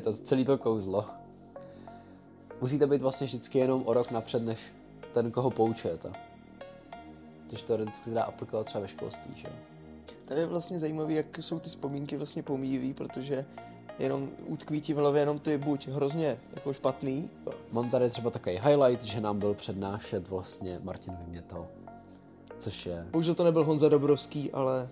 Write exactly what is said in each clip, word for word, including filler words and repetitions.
to celý to kouzlo. Musíte být vlastně vždycky jenom o rok napřed, než ten, koho poučujete. Což teoreticky se dá aplikovat třeba ve školství, že? Tady je vlastně zajímavý, jak jsou ty vzpomínky vlastně pomíjivý, protože jenom utkví ti v hlavě jenom ty buď hrozně jako špatný. Mám tady třeba takový highlight, že nám byl přednášet vlastně Martin Vymětal. Což je... Bohužel to nebyl Honza Dobrovský, ale...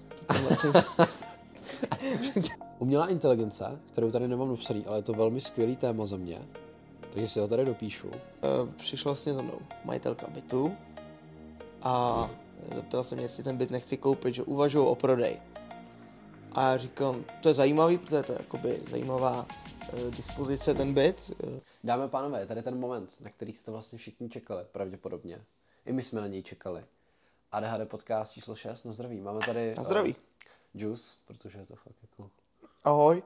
Umělá inteligence, kterou tady nemám napsaný, ale je to velmi skvělý téma za mě. Takže si ho tady dopíšu. Přišla vlastně za mnou majitelka bytu a zeptala se mě, jestli ten byt nechci koupit, že uvažuji o prodej. A já říkám, to je zajímavý, protože to je jakoby zajímavá e, dispozice ten byt. Dámy a pánové, tady ten moment, na který jste vlastně všichni čekali, pravděpodobně. I my jsme na něj čekali. A D H D podcast číslo šest, na zdraví. Máme tady... Na zdraví. Uh, juice, protože je to fakt jako... Ahoj.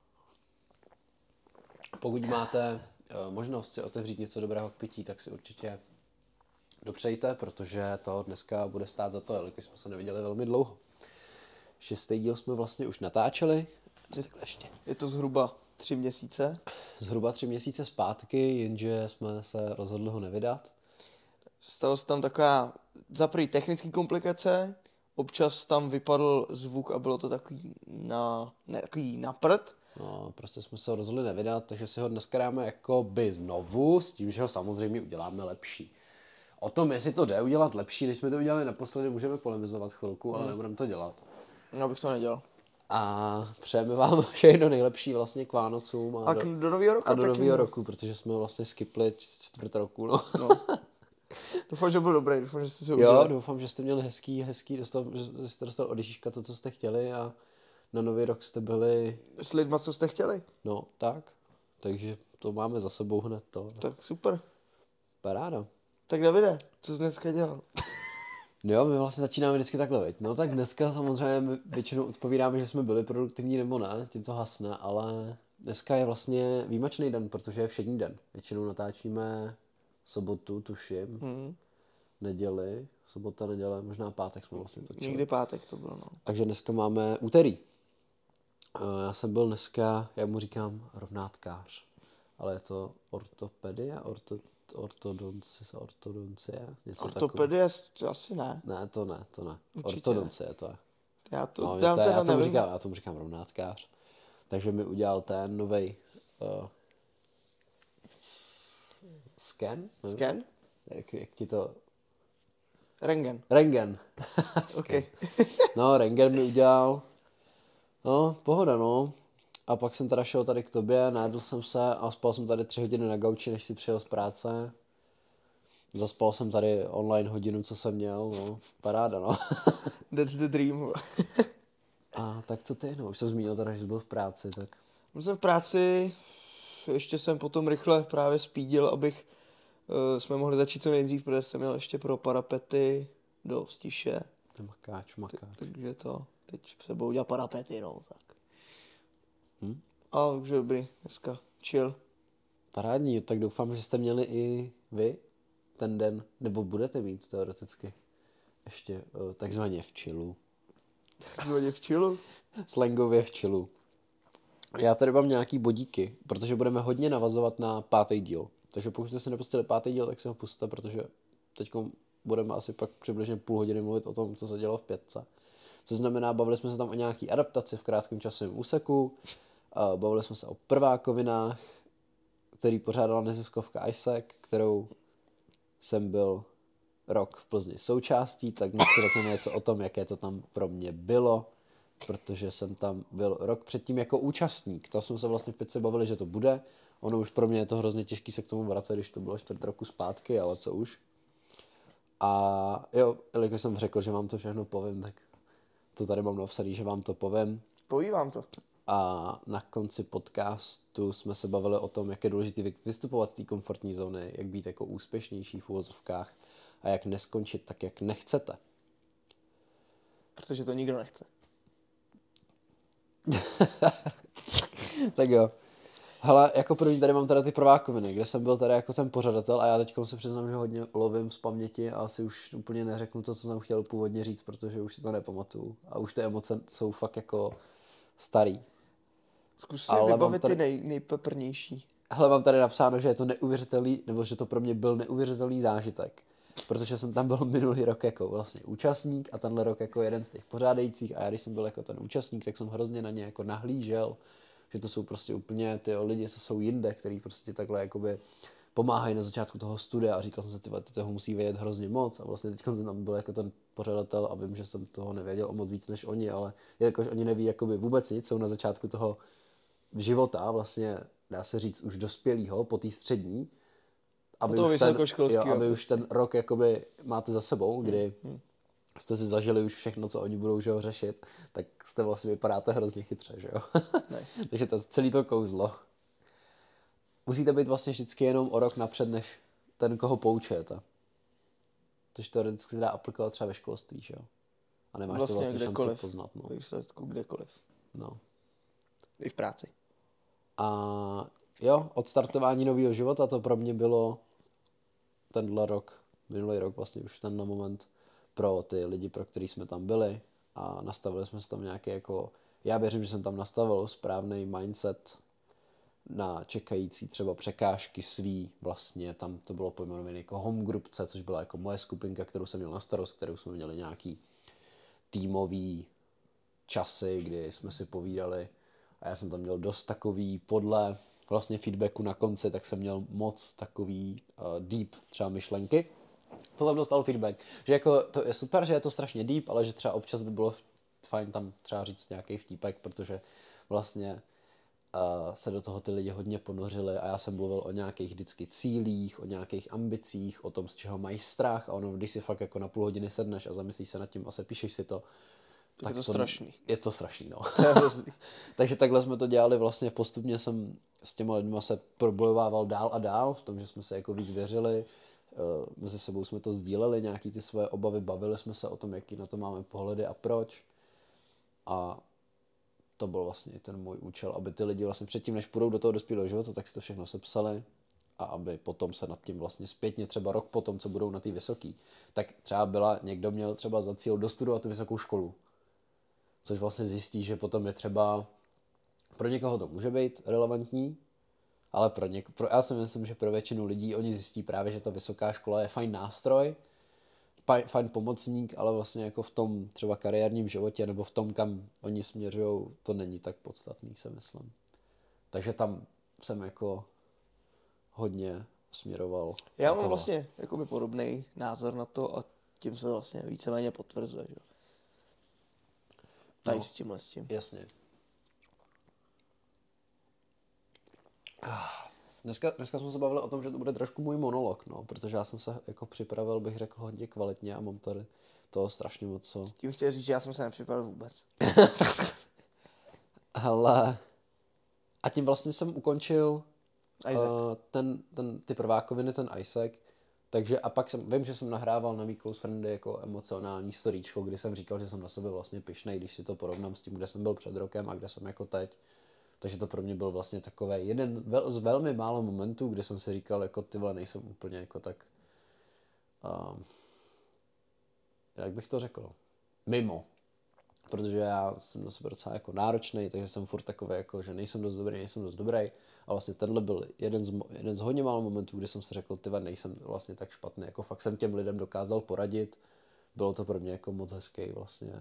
Pokud máte uh, možnost si otevřít něco dobrého k pití, tak si určitě dopřejte, protože to dneska bude stát za to, jelikož jsme se neviděli velmi dlouho. Šestý díl jsme vlastně už natáčeli. Je, ještě. je to zhruba tři měsíce. Zhruba tři měsíce zpátky, jenže jsme se rozhodli ho nevydat. Stalo se tam taková za první technické komplikace, občas tam vypadl zvuk a bylo to takový na, ne, takový na prd. No, prostě jsme se ho rozhodli nevydat, takže si ho dneska dáme jako by znovu, s tím, že ho samozřejmě uděláme lepší. O tom, jestli to jde udělat lepší, než jsme to udělali naposledy, můžeme polemizovat chvilku, ale hmm. nebudeme to dělat. Já bych to nedělal. A přejeme vám všechno nejlepší vlastně k Vánocům. A, a do, do nového roku. A do nového roku, protože jsme vlastně skipli čtvrt roku, no. no. Doufám, že byl dobrý, doufám, že jste si ho Jo, užili. doufám, že jste měli hezký, hezký, dostal, že jste dostal od Ježíška to, co jste chtěli a na nový rok jste byli... S lidma, co jste chtěli. No, tak. Takže to máme za sebou hned to. No. Tak super. Paráda. Tak Davide, co jsi dneska dělal? Jo, my vlastně začínáme vždycky takhle, veď. No tak dneska samozřejmě většinou odpovídáme, že jsme byli produktivní nebo ne, tím to hasne, ale dneska je vlastně výjimečný den, protože je všední den. Většinou natáčíme sobotu, tuším, hmm. neděli, sobota, neděle, možná pátek jsme vlastně točili. Někdy pátek to bylo, no. Takže dneska máme úterý. Já jsem byl dneska, já mu říkám rovnátkář, ale je to ortopedie, orto... ortodoncie, ortodoncie, něco ortopedie asi ne. Ne, to ne, to ne. Určitě ortodoncie to je. Já to, no, já to je, já tomu nevím. říkám, já tomu říkám rovnátkář. Takže mi udělal ten novej uh, scan? Scan? Jak, jak ti to... Rengen. Rengen. Okay. No, rengen mi udělal. No, pohoda, no. A pak jsem teda šel tady k tobě, najedl jsem se a spal jsem tady tři hodiny na gauči, než si přijel z práce. Zaspal jsem tady online hodinu, co jsem měl, no. Paráda, no. That's the dream. A tak co ty, no, už jsem zmínil teda, že jsi byl v práci, tak... Byl jsem v práci, ještě jsem potom rychle právě spídil, abych uh, jsme mohli začít co nejdřív, protože jsem měl ještě pro parapety do Stiše. To makáč, makáč. T- takže to, teď se budou dělat parapety, no, tak. Hm? A už je dobrý, dneska chill. Parádní, tak doufám, že jste měli i vy ten den, nebo budete mít teoreticky ještě uh, takzvaně v chillu. Takzvaně v chillu? Slangově v chillu. Já tady mám nějaký bodíky, protože budeme hodně navazovat na pátý díl. Takže pokud jste si nepustili pátý díl, tak si ho pusťte, protože teď budeme asi pak přibližně půl hodiny mluvit o tom, co se dělo v pětce. Co znamená, bavili jsme se tam o nějaký adaptaci v krátkém časovém úseku, bavili jsme se o prvákovinách, který pořádala neziskovka Isaac, kterou jsem byl rok v Plzni součástí, tak my si řekneme něco o tom, jaké to tam pro mě bylo, protože jsem tam byl rok předtím jako účastník. To jsme se vlastně v pětce bavili, že to bude. Ono už pro mě je to hrozně těžký se k tomu vracet, když to bylo čtvrt roku zpátky, ale co už. A jo, jelikož jsem řekl, že vám to všechno povím, tak to tady mám napsaný, že vám to povím. Poví vám to. A na konci podcastu jsme se bavili o tom, jak je důležité vystupovat z té komfortní zóny, jak být jako úspěšnější v uvozovkách a jak neskončit tak, jak nechcete. Protože to nikdo nechce. Tak jo. Hele, jako první tady mám teda ty prvákoviny, kde jsem byl tady jako ten pořadatel a já teď se přiznám, že hodně lovím z paměti a asi už úplně neřeknu to, co jsem chtěl původně říct, protože už si to nepamatuju a už ty emoce jsou fakt jako starý. Zkus si Ale vybavit mám tady- ty nej, nejpeprnější. Hele, mám tady napsáno, že je to neuvěřitelný, nebo že to pro mě byl neuvěřitelný zážitek. Protože jsem tam byl minulý rok jako vlastně účastník a tenhle rok jako jeden z těch pořádajících a já když jsem byl jako ten účastník, tak jsem hrozně na ně jako nahlížel, že to jsou prostě úplně ty lidi, co jsou jinde, který prostě takhle jakoby pomáhají na začátku toho studia a říkal jsem si, ty, ty toho musí vědět hrozně moc a vlastně teď jsem tam byl jako ten pořadatel a vím, že jsem toho nevěděl o moc víc než oni, ale jakož oni neví jakoby vůbec nic, jsou na začátku toho života, vlastně dá se říct už dospělýho po té střední, aby, toho už ten, jo, vysokoškolskýho aby už prostě. ten rok jakoby máte za sebou, kdy hmm. jste si zažili už všechno, co oni budou že ho, řešit, tak jste vlastně vypadáte hrozně chytře, že jo. Nice. Takže to celý to kouzlo. Musíte být vlastně vždycky jenom o rok napřed, než ten, koho poučujete. Takže teoreticky se dá aplikovat třeba ve školství, že jo. A nemáš Vlastně to vlastně kdekoliv. šanci poznat. No. Ve výsledku kdekoliv. No. I v práci. A jo, odstartování nového života, to pro mě bylo tenhle rok, minulý rok vlastně už tenhle moment pro ty lidi, pro který jsme tam byli a nastavili jsme si tam nějaký jako, já věřím, že jsem tam nastavil správný mindset na čekající třeba překážky svý, vlastně tam to bylo pojmenované jako home groupce, což byla jako moje skupinka, kterou jsem měl na starost, kterou jsme měli nějaký týmový časy, kdy jsme si povídali a já jsem tam měl dost takový, podle vlastně feedbacku na konci, tak jsem měl moc takový uh, deep třeba myšlenky. Co tam dostal feedback? Že jako to je super, že je to strašně deep, ale že třeba občas by bylo fajn tam třeba říct nějaký vtípek, protože vlastně uh, se do toho ty lidi hodně ponořili a já jsem mluvil o nějakých vždycky cílích, o nějakých ambicích, o tom, z čeho mají strach a ono, když si fakt jako na půl hodiny sedneš a zamyslíš se nad tím a sepíšeš si to, tak je to, to strašný. Je to strašný, no. To je hrozný. Takže takhle jsme to dělali, vlastně postupně jsem s těma lidma se probojovával dál a dál, v tom, že jsme se jako víc věřili, uh, mezi sebou jsme to sdíleli, nějaký ty svoje obavy, bavili jsme se o tom, jaký na to máme pohledy a proč. A to byl vlastně i ten můj účel, aby ty lidi vlastně předtím, než půjdou do toho dospělého života, tak si to všechno sepsali a aby potom se nad tím vlastně zpětně, třeba rok potom, co budou na té vysoký, tak třeba byla, někdo měl třeba za cíl dostudovat tu vysokou školu. Což vlastně zjistí, že potom je třeba, pro někoho to může být relevantní, ale pro něk- pro, já si myslím, že pro většinu lidí oni zjistí právě, že ta vysoká škola je fajn nástroj, fajn pomocník, ale vlastně jako v tom třeba kariérním životě nebo v tom, kam oni směřují, to není tak podstatný, si myslím. Takže tam jsem jako hodně směroval. Já mám vlastně jakoby podobný názor na to a tím se vlastně víceméně potvrzuje, že? Tady No, s tímhle s tím. Jasně. Dneska, dneska jsme se bavili o tom, že to bude trošku můj monolog, no, protože já jsem se jako připravil, bych řekl, hodně kvalitně a mám tady toho strašně moc co. Tím chtěl říct, že já jsem se nepřipravil vůbec. Hele, a tím vlastně jsem ukončil Isaac. uh, ten, ten, ty prvákoviny, ten Isaac, takže a pak jsem, vím, že jsem nahrával na mý close friendy jako emocionální storíčko, kdy jsem říkal, že jsem na sebe vlastně pyšnej, když si to porovnám s tím, kde jsem byl před rokem a kde jsem jako teď. Takže to pro mě byl vlastně takový jeden vel, z velmi málo momentů, kde jsem si říkal, jako ty vole, nejsem úplně jako tak, uh, jak bych to řekl, mimo. Protože já jsem na sebe docela jako náročný, takže jsem furt takový, jako, že nejsem dost dobrý, nejsem dost dobrý. A vlastně tenhle byl jeden z, jeden z hodně málo momentů, kdy jsem si řekl, ty vole, nejsem vlastně tak špatný. Jako fakt jsem těm lidem dokázal poradit. Bylo to pro mě jako moc hezký vlastně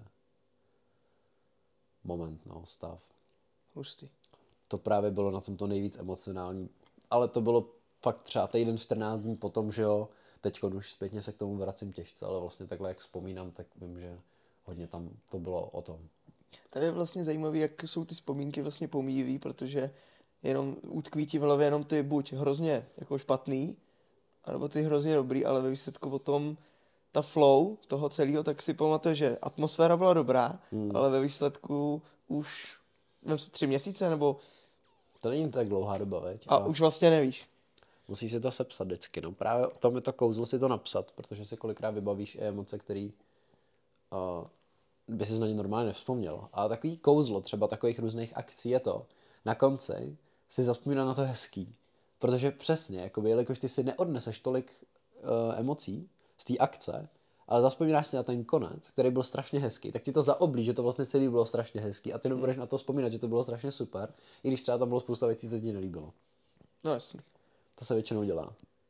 moment, no, stav. Hustý. To právě bylo na tom to nejvíc emocionální. Ale to bylo fakt třeba týden čtrnáct dní potom, že jo, teď už zpětně se k tomu vracím těžce, ale vlastně takhle, jak vzpomínám, tak vím, že hodně tam to bylo o tom. Tady je vlastně zajímavé, jak jsou ty vzpomínky vlastně pomíjivý, protože jenom utkví ti v hlavě jenom ty buď hrozně jako špatný, anebo ty hrozně dobrý, ale ve výsledku potom ta flow toho celého, tak si pamatuje, že atmosféra byla dobrá, hmm. ale ve výsledku už vem si tři měsíce, nebo... To není tak dlouhá doba, veď? A, a už vlastně nevíš. Musí si to sepsat vždycky, no. Právě o tom je to kouzlo si to napsat, protože si kolikrát vybavíš i emoce, který uh, by si na ně normálně nevzpomněl. Ale takový kouzlo třeba takových různých akcí je to, na konci si zavzpomíná na to hezký. Protože přesně, jakoby, jelikož ty si neodneseš tolik uh, emocí z té akce ale zaspomínáš si na ten konec, který byl strašně hezký, tak ti to zaoblí, že to vlastně celý bylo strašně hezký a ty Hmm. nebudeš na to vzpomínat, že to bylo strašně super, i když třeba tam bylo spousta věcí, co ti nelíbilo. No jasně. To se většinou dělá.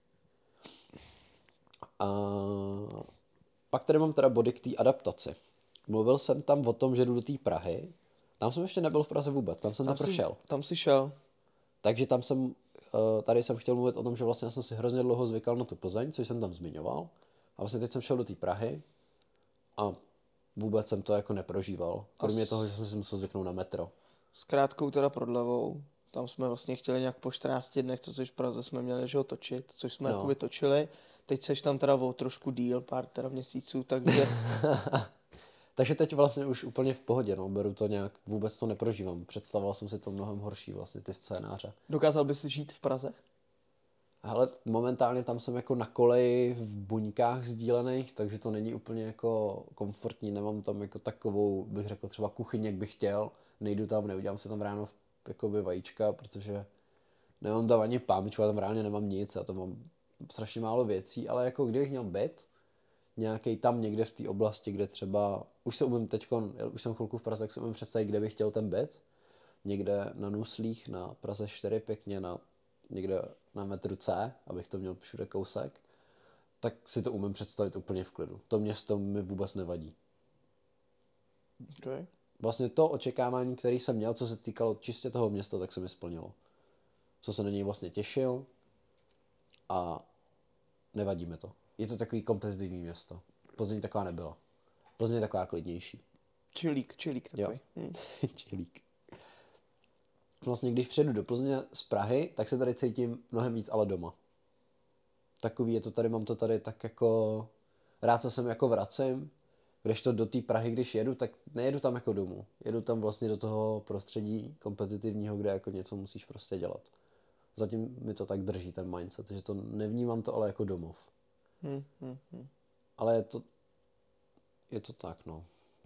A pak tady mám teda body k té adaptaci. Mluvil jsem tam o tom, že jdu do té Prahy. Tam jsem ještě nebyl v Praze vůbec, tam jsem Tam teprve jsi, šel. tam jsi šel. Takže tam jsem, tady jsem chtěl mluvit o tom, že vlastně já jsem si hrozně dlouho zvykal na tu Plzeň, což jsem tam zmiňoval. A vlastně teď jsem šel do té Prahy a vůbec jsem to jako neprožíval. Kromě s... toho, že jsem si musel zvyknout na metro. S krátkou teda prodlevou. Tam jsme vlastně chtěli nějak po čtrnácti dnech, co jsi v Praze, jsme měli, že ho točit, což jsme No. jakoby točili. Teď seš tam teda o trošku díl, pár teda měsíců, takže... Takže teď vlastně už úplně v pohodě, no, beru to nějak, vůbec to neprožívám. Představoval jsem si to mnohem horší, vlastně ty scénáře. Dokázal bys žít v Praze? Hele, momentálně tam jsem jako na koleji v buňkách sdílených, takže to není úplně jako komfortní, nemám tam jako takovou, bych řekl třeba kuchyň, jak bych chtěl, nejdu tam, neudělám si tam ráno jakoby vajíčka, protože nemám tam ani pamču, já tam reálně nemám nic, já tam mám strašně málo věcí, ale jako kdybych měl byt, nějaký tam někde v té oblasti, kde třeba, už se umím teďko, už jsem chvilku v Praze, tak si umím představit, kde bych chtěl ten byt, někde na Nuslích, na Praze čtyři, pěkně na někde na metru C, abych to měl všude kousek, tak si to umím představit úplně v klidu. To město mi vůbec nevadí. Okay. Vlastně to očekávání, které jsem měl, co se týkalo čistě toho města, tak se mi splnilo. Co se na něj vlastně těšil a nevadí mi to. Je to takový kompetitivní město. Plzeň taková nebyla. Plzeň je taková klidnější. Čilík, čilík takový. Hmm. Čilík. Vlastně když přijedu do Plzně z Prahy, tak se tady cítím mnohem víc ale doma. Takový je to tady, mám to tady tak jako, rád se sem jako vracím, když to do té Prahy, když jedu, tak nejedu tam jako domů. Jedu tam vlastně do toho prostředí kompetitivního, kde jako něco musíš prostě dělat. Zatím mi to tak drží, ten mindset, že to nevnímám to ale jako domov. Hmm, hmm, hmm. Ale je to, je to tak, no.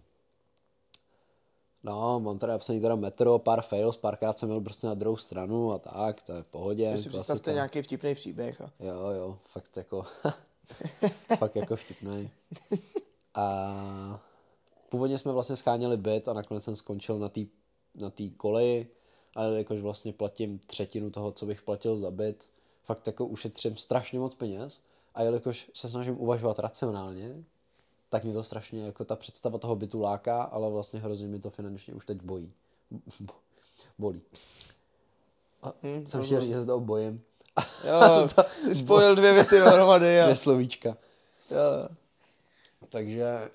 No, mám tady napsaný teda metro, pár fails, párkrát jsem měl prostě na druhou stranu a tak, to je v pohodě. Když si představte nějaký vtipný příběh. A... Jo, jo, fakt jako, fakt jako vtipný. A původně jsme vlastně scháněli byt a nakonec jsem skončil na té na té koleji, ale jakož vlastně platím třetinu toho, co bych platil za byt, fakt jako ušetřím strašně moc peněz a jelikož se snažím uvažovat racionálně, tak mě to strašně, jako ta představa toho bytu láká, ale vlastně hrozně mi to finančně už teď bojí. Bolí. A hmm, jsem chtěl říct, že se toho bojím. Jo, to... jsi spojil dvě věty dohromady. A... Dvě slovíčka. Jo. Takže...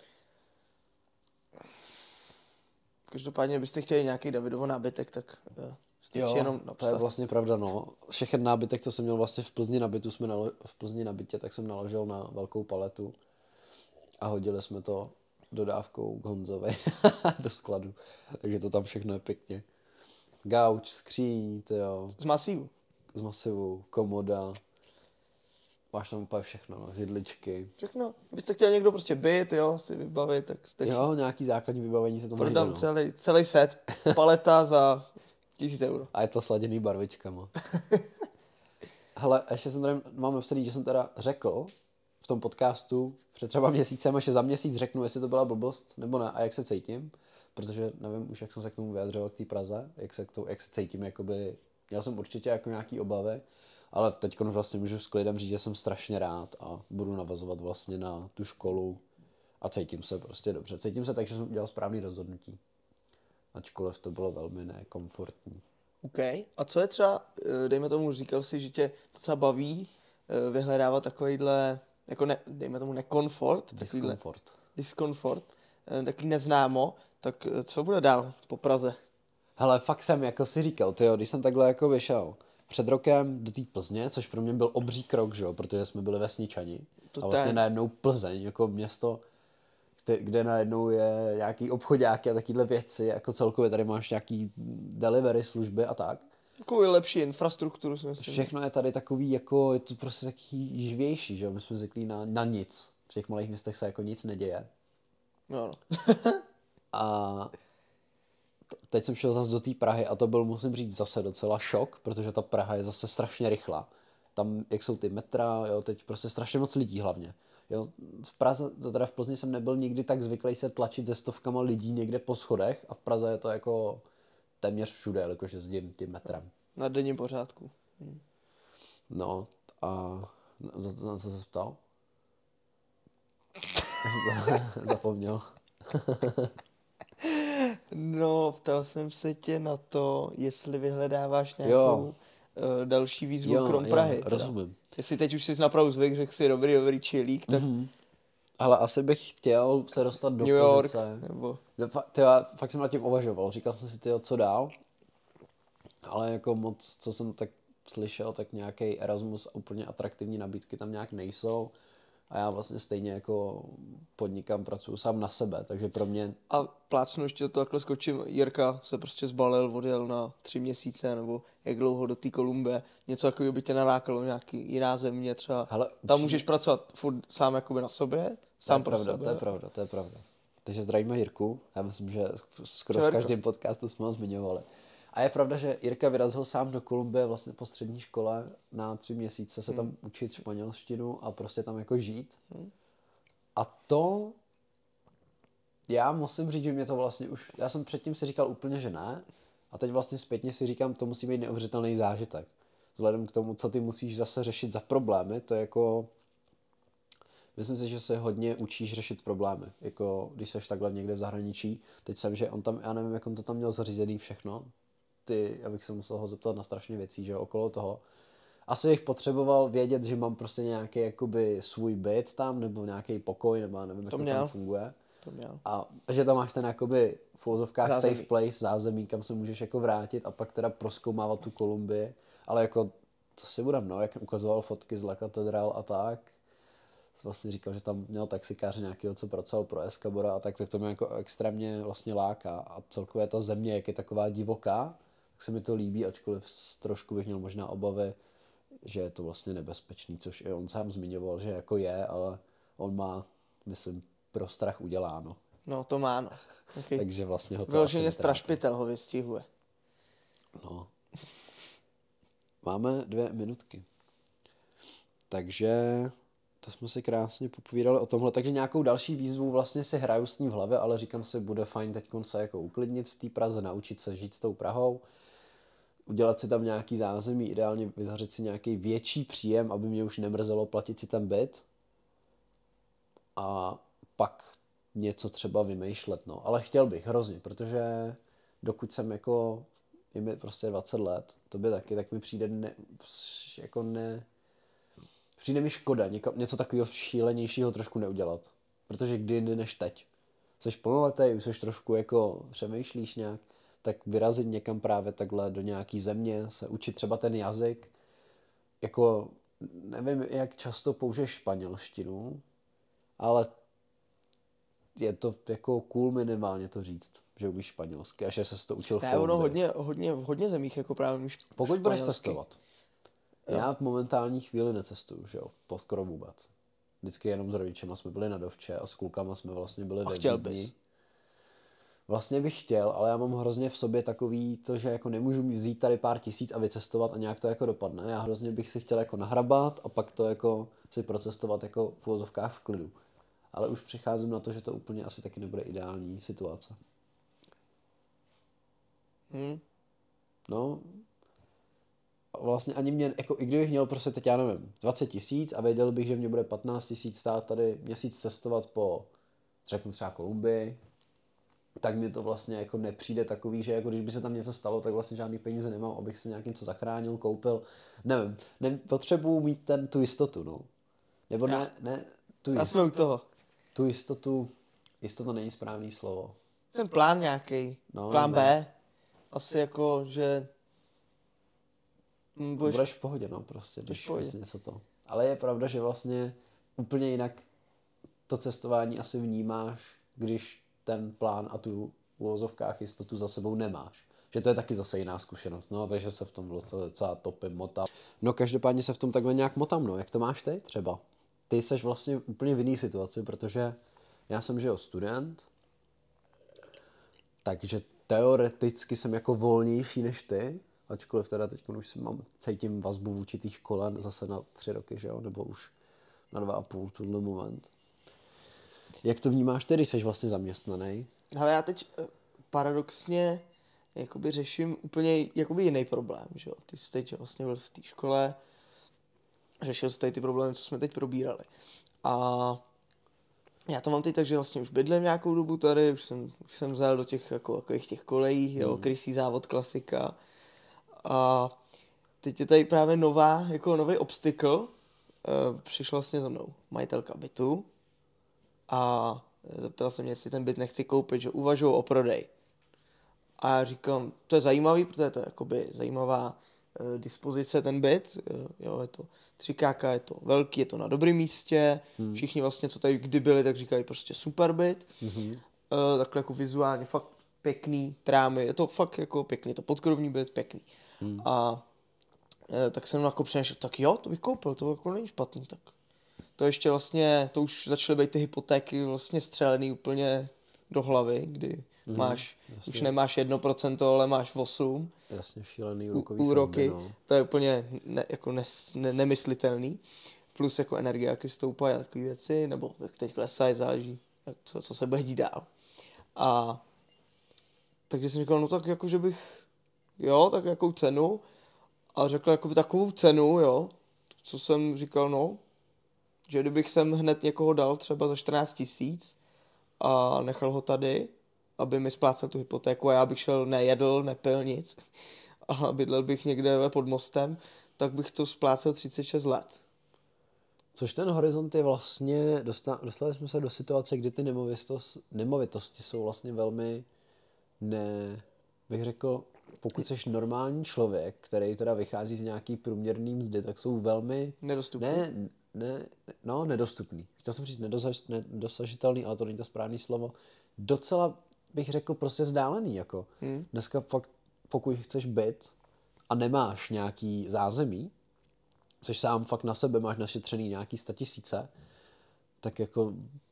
Každopádně byste chtěli nějaký Davidovo nábytek, tak stačí jenom napsat. To je vlastně pravda, no. Všechny nábytek, co jsem měl vlastně v Plzni na bytu, jsme nalo... v Plzni na bytě, tak jsem naložil na velkou paletu a hodili jsme to dodávkou k Honzovi do skladu. Takže to tam všechno je pěkně. Gauč, skříň, tyjo. Z masivu. Z masivu, komoda. Máš tam úplně všechno, no. Židličky. Všechno. Kdybyste chtěli někdo prostě byt, jo, si vybavit, tak stačí. Jo, nějaký základní vybavení se tam najde, Prodám no. celý, celý set, paleta za tisíc euro. A je to sladěný barvičkama. Hele, ještě jsem tady, mám napsaný, že jsem teda řekl v tom podcastu před třeba měsícem, až za měsíc řeknu, jestli to byla blbost, nebo ne, a jak se cítím, protože nevím už, jak jsem se k tomu vyjadřoval k té Praze, jak se, k tomu, jak se cítím, jakoby, měl jsem určitě jako nějaký obavy, ale teď vlastně můžu s klidem říct, že jsem strašně rád a budu navazovat vlastně na tu školu a cítím se prostě dobře. Cítím se tak, že jsem udělal správný rozhodnutí, ačkoliv to bylo velmi nekomfortní. OK. A co je třeba, dejme tomu, říkal jsi, že tě docela baví vyhledávat takovýhle, jako ne, dejme tomu nekomfort, Diskomfort. Diskomfort, takový neznámo, tak co bude dál po Praze? Hele, fakt jsem jako si říkal, tyjo, když jsem takhle jako vyšel před rokem do té Plzně, což pro mě byl obří krok, že jo, protože jsme byli vesničani. To a vlastně ten. Najednou Plzeň, jako město, kde, kde najednou je nějaký obchodáky a takovéhle věci, jako celkově tady máš nějaký delivery služby a tak. Takovou lepší infrastrukturu, si myslím. Všechno je tady takový, jako je to prostě taký živější, že jo, my jsme zvyklí na, na nic. V těch malých městech se jako nic neděje. No, no. A teď jsem šel zase do té Prahy a to byl, musím říct, zase docela šok, protože ta Praha je zase strašně rychlá. Tam, jak jsou ty metra, jo, teď prostě strašně moc lidí hlavně. Jo, v Praze, to teda v Plzni jsem nebyl nikdy tak zvyklý se tlačit se stovkama lidí někde po schodech a v Praze je to jako téměř všude, jakož jezdím tím metrem. Na denním pořádku. Hm. No a za to na co se ptal? Zapomněl. No, ptal jsem se tě na to, jestli vyhledáváš nějakou Jo. uh, další výzvu Jo, krom jo, Prahy. Teda. rozumím. Jestli teď už jsi napravdu zvyk, řekl si dobrý, dobrý čilík, tak Mhm. Ale asi bych chtěl se dostat do New York, pozice. nebo... No, fa- tyjo, já fakt jsem nad tím uvažoval. Říkal jsem si, tyjo, co dál. Ale jako moc, co jsem tak slyšel, tak nějaký Erasmus a úplně atraktivní nabídky tam nějak nejsou. A já vlastně stejně jako podnikám, pracuji sám na sebe, takže pro mě... A plácnu ještě to takhle skočím, Jirka se prostě zbalil, odjel na tři měsíce, nebo jak dlouho do té Kolumbie, něco takového by tě nalákalo, nějaký jiná země třeba. Hele, Tam upřímně- můžeš pracovat furt sám jakoby na sobě, To sám je pro pravda, sebe. to je pravda, to je pravda. Takže zdravíme Jirku. Já myslím, že skoro Čau, v Jirko. každém podcastu jsme ho zmiňovali. A je pravda, že Jirka vyrazil sám do Kolumbie vlastně po střední škole na tři měsíce se tam učit španělštinu a prostě tam jako žít. A to, já musím říct, že mě to vlastně už, já jsem předtím si říkal úplně, že ne. A teď vlastně zpětně si říkám, to musí být neuvěřitelný zážitek. Vzhledem k tomu, co ty musíš zase řešit za problémy, to je jako... Myslím si, že se hodně učíš řešit problémy, jako když seš takhle někde v zahraničí. Teď jsem, že on tam, já nevím, jak on to tam měl zařízený všechno. Ty, abych se musel ho zeptat na strašně věcí, že jo, okolo toho. Asi bych potřeboval vědět, že mám prostě nějaký jakoby svůj byt tam, nebo nějaký pokoj, nebo já nevím, jak To to, měl. tam funguje. To měl. A že tam máš ten jakoby v uvozovkách Zázemí. safe place, zázemí, kam se můžeš jako vrátit a pak teda prozkoumávat tu Kolumbii. Ale jako, co si budem, no, jak ukazoval fotky z La Catedral a tak, vlastně říkal, že tam měl taxikáře nějakého, co pracoval pro Escabora a tak, tak to mě jako extrémně vlastně láká. A celkově ta země, jak je taková divoká, tak se mi to líbí, ačkoliv s- trošku bych měl možná obavy, že je to vlastně nebezpečný, což i on sám zmiňoval, že jako je, ale on má, myslím, pro strach uděláno. No, to má, no. Okay. Takže vlastně ho to Vyloženě asi netrápí. strašpitel ho vystihuje. No. Máme dvě minutky. Takže to jsme si krásně popovídali o tomhle. Takže nějakou další výzvu vlastně si hraju s ní v hlavě, ale říkám si, bude fajn teď se jako uklidnit v té Praze, naučit se žít s tou Prahou, udělat si tam nějaký zázemí, ideálně vyzařit si nějaký větší příjem, aby mě už nemrzelo platit si ten byt. A pak něco třeba vymýšlet, no. Ale chtěl bych hrozně, protože dokud jsem jako, je mi prostě dvacet let, to by taky, tak mi přijde ne, jako ne, přijde mi škoda něko, něco takového šílenějšího trošku neudělat. Protože kdy jindy než teď. Jseš plnoletý, už seš trošku jako přemýšlíš nějak, tak vyrazit někam právě takhle do nějaký země, se učit třeba ten jazyk. Jako, nevím, jak často použiješ španělštinu, ale je to jako cool minimálně to říct, že umíš španělsky a že ses to učil v Ne, Kolumbii. ono hodně, hodně, v hodně zemích jako právě umíš Pokud budeš španělsky. cestovat. Já v momentální chvíli necestuju, že jo, po skoro vůbec. Vždycky jenom s rodičema jsme byli na dovče a s klukama jsme vlastně byli A ve chtěl Vídni. bys? Vlastně bych chtěl, ale já mám hrozně v sobě takový to, že jako nemůžu vzít tady pár tisíc a vycestovat a nějak to jako dopadne. Já hrozně bych si chtěl jako nahrabat a pak to jako si procestovat jako v uvozovkách v klidu. Ale už přicházím na to, že to úplně asi taky nebude ideální situace. Hm. No, vlastně ani mě, jako i kdybych měl prostě teď, já nevím, dvacet tisíc a věděl bych, že mě bude patnáct tisíc stát tady měsíc cestovat po, řeknu třeba Kolumbii, tak mi to vlastně jako nepřijde takový, že jako když by se tam něco stalo, tak vlastně žádný peníze nemám, abych si nějak něco zachránil, koupil. Nevím, ne, potřebuju mít ten, tu jistotu, no. Nebo ne, ne, tu, A jist, jsme u toho. tu jistotu, jistota není správný slovo. Ten plán nějaký, No, plán no. B. Asi jako, že... hm, Budeš, budeš v pohodě, no, prostě, Budeš v když pohodě. vlastně něco to. Ale je pravda, že vlastně úplně jinak to cestování asi vnímáš, když ten plán a tu v uvozovkách jistotu za sebou nemáš. Že to je taky zase jiná zkušenost, no, takže se v tom vlastně docela topím, motám. No, každopádně se v tom takhle nějak motám, no, jak to máš ty třeba? Ty jsi vlastně úplně v jiný situaci, protože já jsem, že jo, student, takže teoreticky jsem jako volnější než ty, ačkoliv teda teď už si mám, cítím vazbu vůči té škole zase na tři roky, že jo, nebo už na dva a půl tuhle moment. Jak to vnímáš ty, když jsi vlastně zaměstnaný? Ale já teď eh, paradoxně jakoby řeším úplně jakoby jiný problém, že jo. Ty jsi teď vlastně byl v té škole, řešil jsi tady ty problémy, co jsme teď probírali. A já to mám teď tak, že vlastně už bydlím nějakou dobu tady, už jsem, už jsem zel do těch jako, jako těch kolejí, jo, Mm. krysý závod, klasika. A teď je tady právě nová, jako nový obstacle. Uh, přišla vlastně za mnou majitelka bytu a zeptala se mě, jestli ten byt nechci koupit, že uvažuji o prodej. A já říkám, to je zajímavý, protože to je jakoby zajímavá uh, dispozice ten byt, uh, jo, je to tři ká ká, je to velký, je to na dobrém místě, hmm. všichni vlastně, co tady kdy byli, tak říkají prostě super byt, Mm-hmm. uh, takhle jako vizuálně fakt pěkný, trámy, je to fakt jako pěkný, je to podkrovní byt, pěkný. Hmm. A uh, tak jsem jako přemýšlel, tak jo, to bych koupil, to jako není špatný, tak to ještě vlastně, to už začaly být ty hypotéky vlastně střelený úplně do hlavy, kdy mm, máš, jasně. Už nemáš jedno procento, ale máš osm. Jasně, šílený úrokový úroky, sazby, no. To je úplně ne, jako nes, ne, nemyslitelný. Plus jako energie, jak stoupají a takové věci, nebo jak teď klesají, záleží, jak, co, co se bude dít dál. A takže jsem říkal, no tak jako, že bych, jo, tak jakou cenu. A řekl jako takovou cenu, jo, co jsem říkal, no, že kdybych sem hned někoho dal třeba za čtrnáct tisíc a nechal ho tady, aby mi splácel tu hypotéku a já bych šel nejedl, nepil nic a bydlel bych někde pod mostem, tak bych to splácel třicet šest let. Což ten horizont je vlastně, dostali, dostali jsme se do situace, kdy ty nemovitosti, nemovitosti jsou vlastně velmi, ne, bych řekl, pokud jsi normální člověk, který teda vychází z nějaký průměrný mzdy, tak jsou velmi... Nedostupný. Ne, ne, no, nedostupný. Chtěl jsem říct nedosaž, nedosažitelný, ale to není to správné slovo. Docela bych řekl prostě vzdálený, jako. Hmm. Dneska fakt, pokud chceš byt a nemáš nějaký zázemí, což sám fakt na sebe máš našetřený nějaký statisíce, tak jako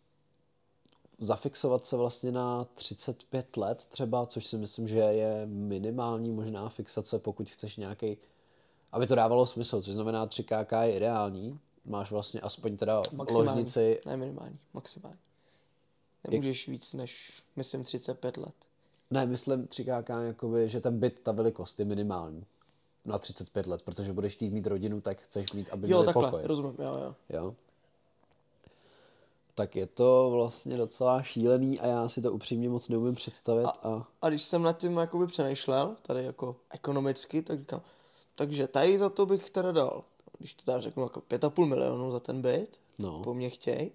zafixovat se vlastně na třicet pět let třeba, což si myslím, že je minimální možná fixace, pokud chceš nějaký, aby to dávalo smysl, což znamená tři ká ká je ideální, máš vlastně aspoň teda maximální. ložnici. Ne, minimální, maximální. Nemůžeš víc než, myslím, třicet pět let. Ne, myslím tři ká ká, jakoby, že ten byt, ta velikost je minimální na třicet pět let, protože budeš chtít mít rodinu, tak chceš mít, aby jo, měli takhle, pokoj. rozumím, jo, jo. Jo. Tak je to vlastně docela šílený a já si to upřímně moc neumím představit. A, a... a když jsem nad tím jakoby přemýšlel, tady jako ekonomicky, tak říkám, takže tady za to bych teda dal, když to teda řeknu, jako pět a půl milionu za ten byt, no. Po mně chtěj.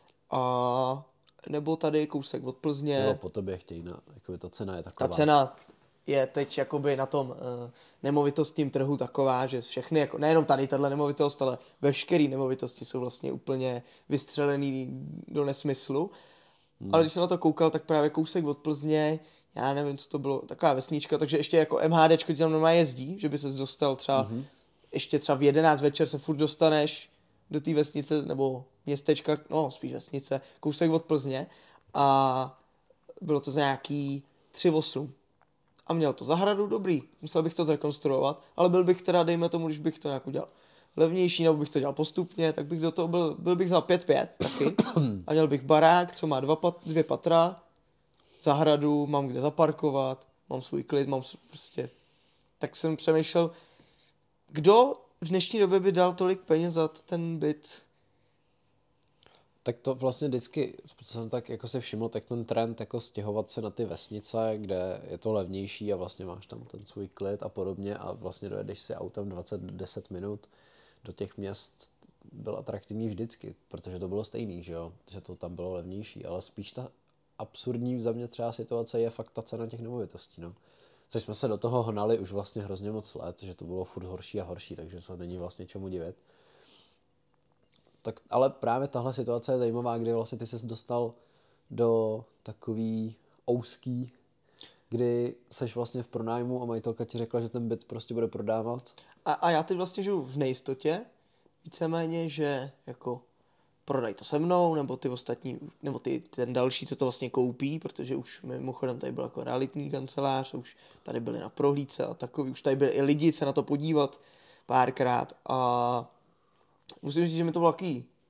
A nebo tady kousek od Plzně. Jo, po tobě chtějí, na, jakoby ta cena je taková. Ta cena je teď jakoby na tom uh, nemovitostním trhu taková, že všechny, jako, nejenom tady tato nemovitost, ale veškeré nemovitosti jsou vlastně úplně vystřelený do nesmyslu. Hmm. Ale když jsem na to koukal, tak právě kousek od Plzně, já nevím, co to bylo, taková vesnička, takže ještě jako MHDčko ti tam normálně jezdí, že by ses dostal třeba, hmm. ještě třeba v jedenáct večer se furt dostaneš do té vesnice, nebo městečka, no spíš vesnice, kousek od Plzně a bylo to za nějaký tři osm. A měl to zahradu, dobrý, musel bych to zrekonstruovat, ale byl bych teda, dejme tomu, když bych to nějak udělal levnější, nebo bych to dělal postupně, tak bych do toho byl, byl bych za pět pět taky. A měl bych barák, co má dva pat, dvě patra, zahradu, mám kde zaparkovat, mám svůj klid, mám prostě... Tak jsem přemýšlel, kdo v dnešní době by dal tolik peněz za ten byt? Tak to vlastně vždycky, co jsem tak jako si všiml, tak ten trend jako stěhovat se na ty vesnice, kde je to levnější a vlastně máš tam ten svůj klid a podobně a vlastně dojedeš si autem dvacet deset minut do těch měst, byl atraktivní vždycky, protože to bylo stejný, že jo, že to tam bylo levnější, ale spíš ta absurdní za mě třeba situace je fakt ta cena těch nemovitostí, no. Což jsme se do toho hnali už vlastně hrozně moc let, že to bylo furt horší a horší, takže se není vlastně čemu divit. Tak, ale právě tahle situace je zajímavá, kdy vlastně ty ses dostal do takový ouský, kdy seš vlastně v pronájmu a majitelka ti řekla, že ten byt prostě bude prodávat. A, a já teď vlastně žiju v nejistotě, víceméně, že jako prodaj to se mnou, nebo ty ostatní, nebo ty, ten další, co to vlastně koupí, protože už mimochodem tady byl jako realitní kancelář, už tady byli na prohlídce a takový, už tady byli i lidi se na to podívat párkrát a musím říct, že mi to bylo takový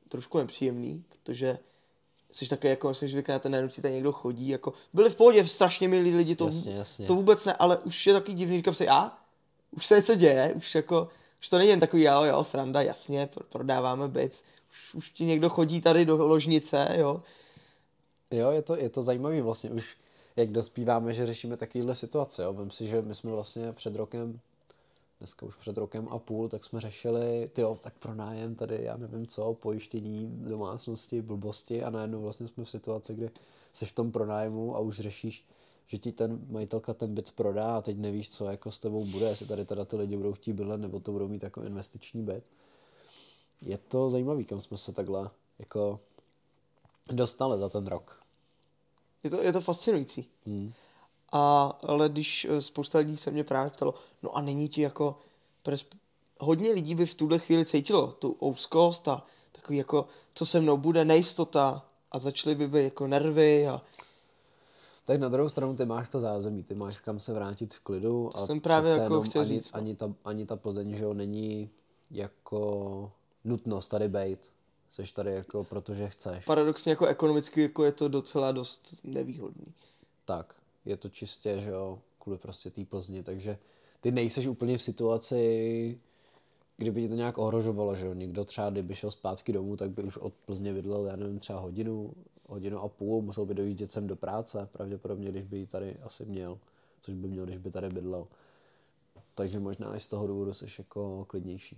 trošku nepříjemný, protože jsi taky jako, myslím, že vyknáte najednou ti tady někdo chodí, jako byli v pohodě, strašně milí lidi, to, Jasně, jasně. to vůbec ne, ale už je taky divný, říkám si, a už se něco děje, už jako, už to není jen takový, jo, jo, sranda, jasně, prodáváme byt, už, už ti někdo chodí tady do ložnice, jo. Jo, je to, je to zajímavý vlastně už, jak dospíváme, že řešíme takovýhle situace, jo. Vem si, že my jsme vlastně před rokem, dneska už před rokem a půl, tak jsme řešili, tyjo, tak pronájem tady, já nevím co, pojištění domácnosti, blbosti a najednou vlastně jsme v situaci, kdy jsi v tom pronájmu a už řešíš, že ti ten majitelka ten byt prodá a teď nevíš, co jako s tebou bude, jestli tady teda ty lidi budou chtít bydlet, nebo to budou mít jako investiční byt. Je to zajímavý, kam jsme se takhle jako dostali za ten rok. Je to, je to fascinující. Hmm. A, ale když spousta lidí se mě právě ptalo, no a není ti jako, pres... hodně lidí by v tuhle chvíli cítilo tu ouskost a takový jako, co se mnou bude, nejistota a začaly by být jako nervy a tak na druhou stranu ty máš to zázemí, ty máš kam se vrátit v klidu. To a jsem právě přece jako jenom chtěl ani, říct, no. ani, ta, ani ta Plzeň, že jo, není jako nutnost tady bejt. Seš tady jako protože chceš. Paradoxně jako ekonomicky jako je to docela dost nevýhodný. Tak, je to čistě, že jo, kvůli prostě té Plzni, takže ty nejseš úplně v situaci, kdyby ti to nějak ohrožovalo, že jo. Někdo třeba, kdyby šel zpátky domů, tak by už od Plzně bydlel, já nevím, třeba hodinu, hodinu a půl, musel by dojíždět sem do práce, pravděpodobně, když by ji tady asi měl, což by měl, když by tady bydlel. Takže možná i z toho důvodu jsi jako klidnější.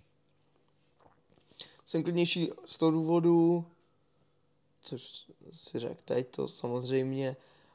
Jsem klidnější z toho důvodu, což si řekl teď, to samozřejmě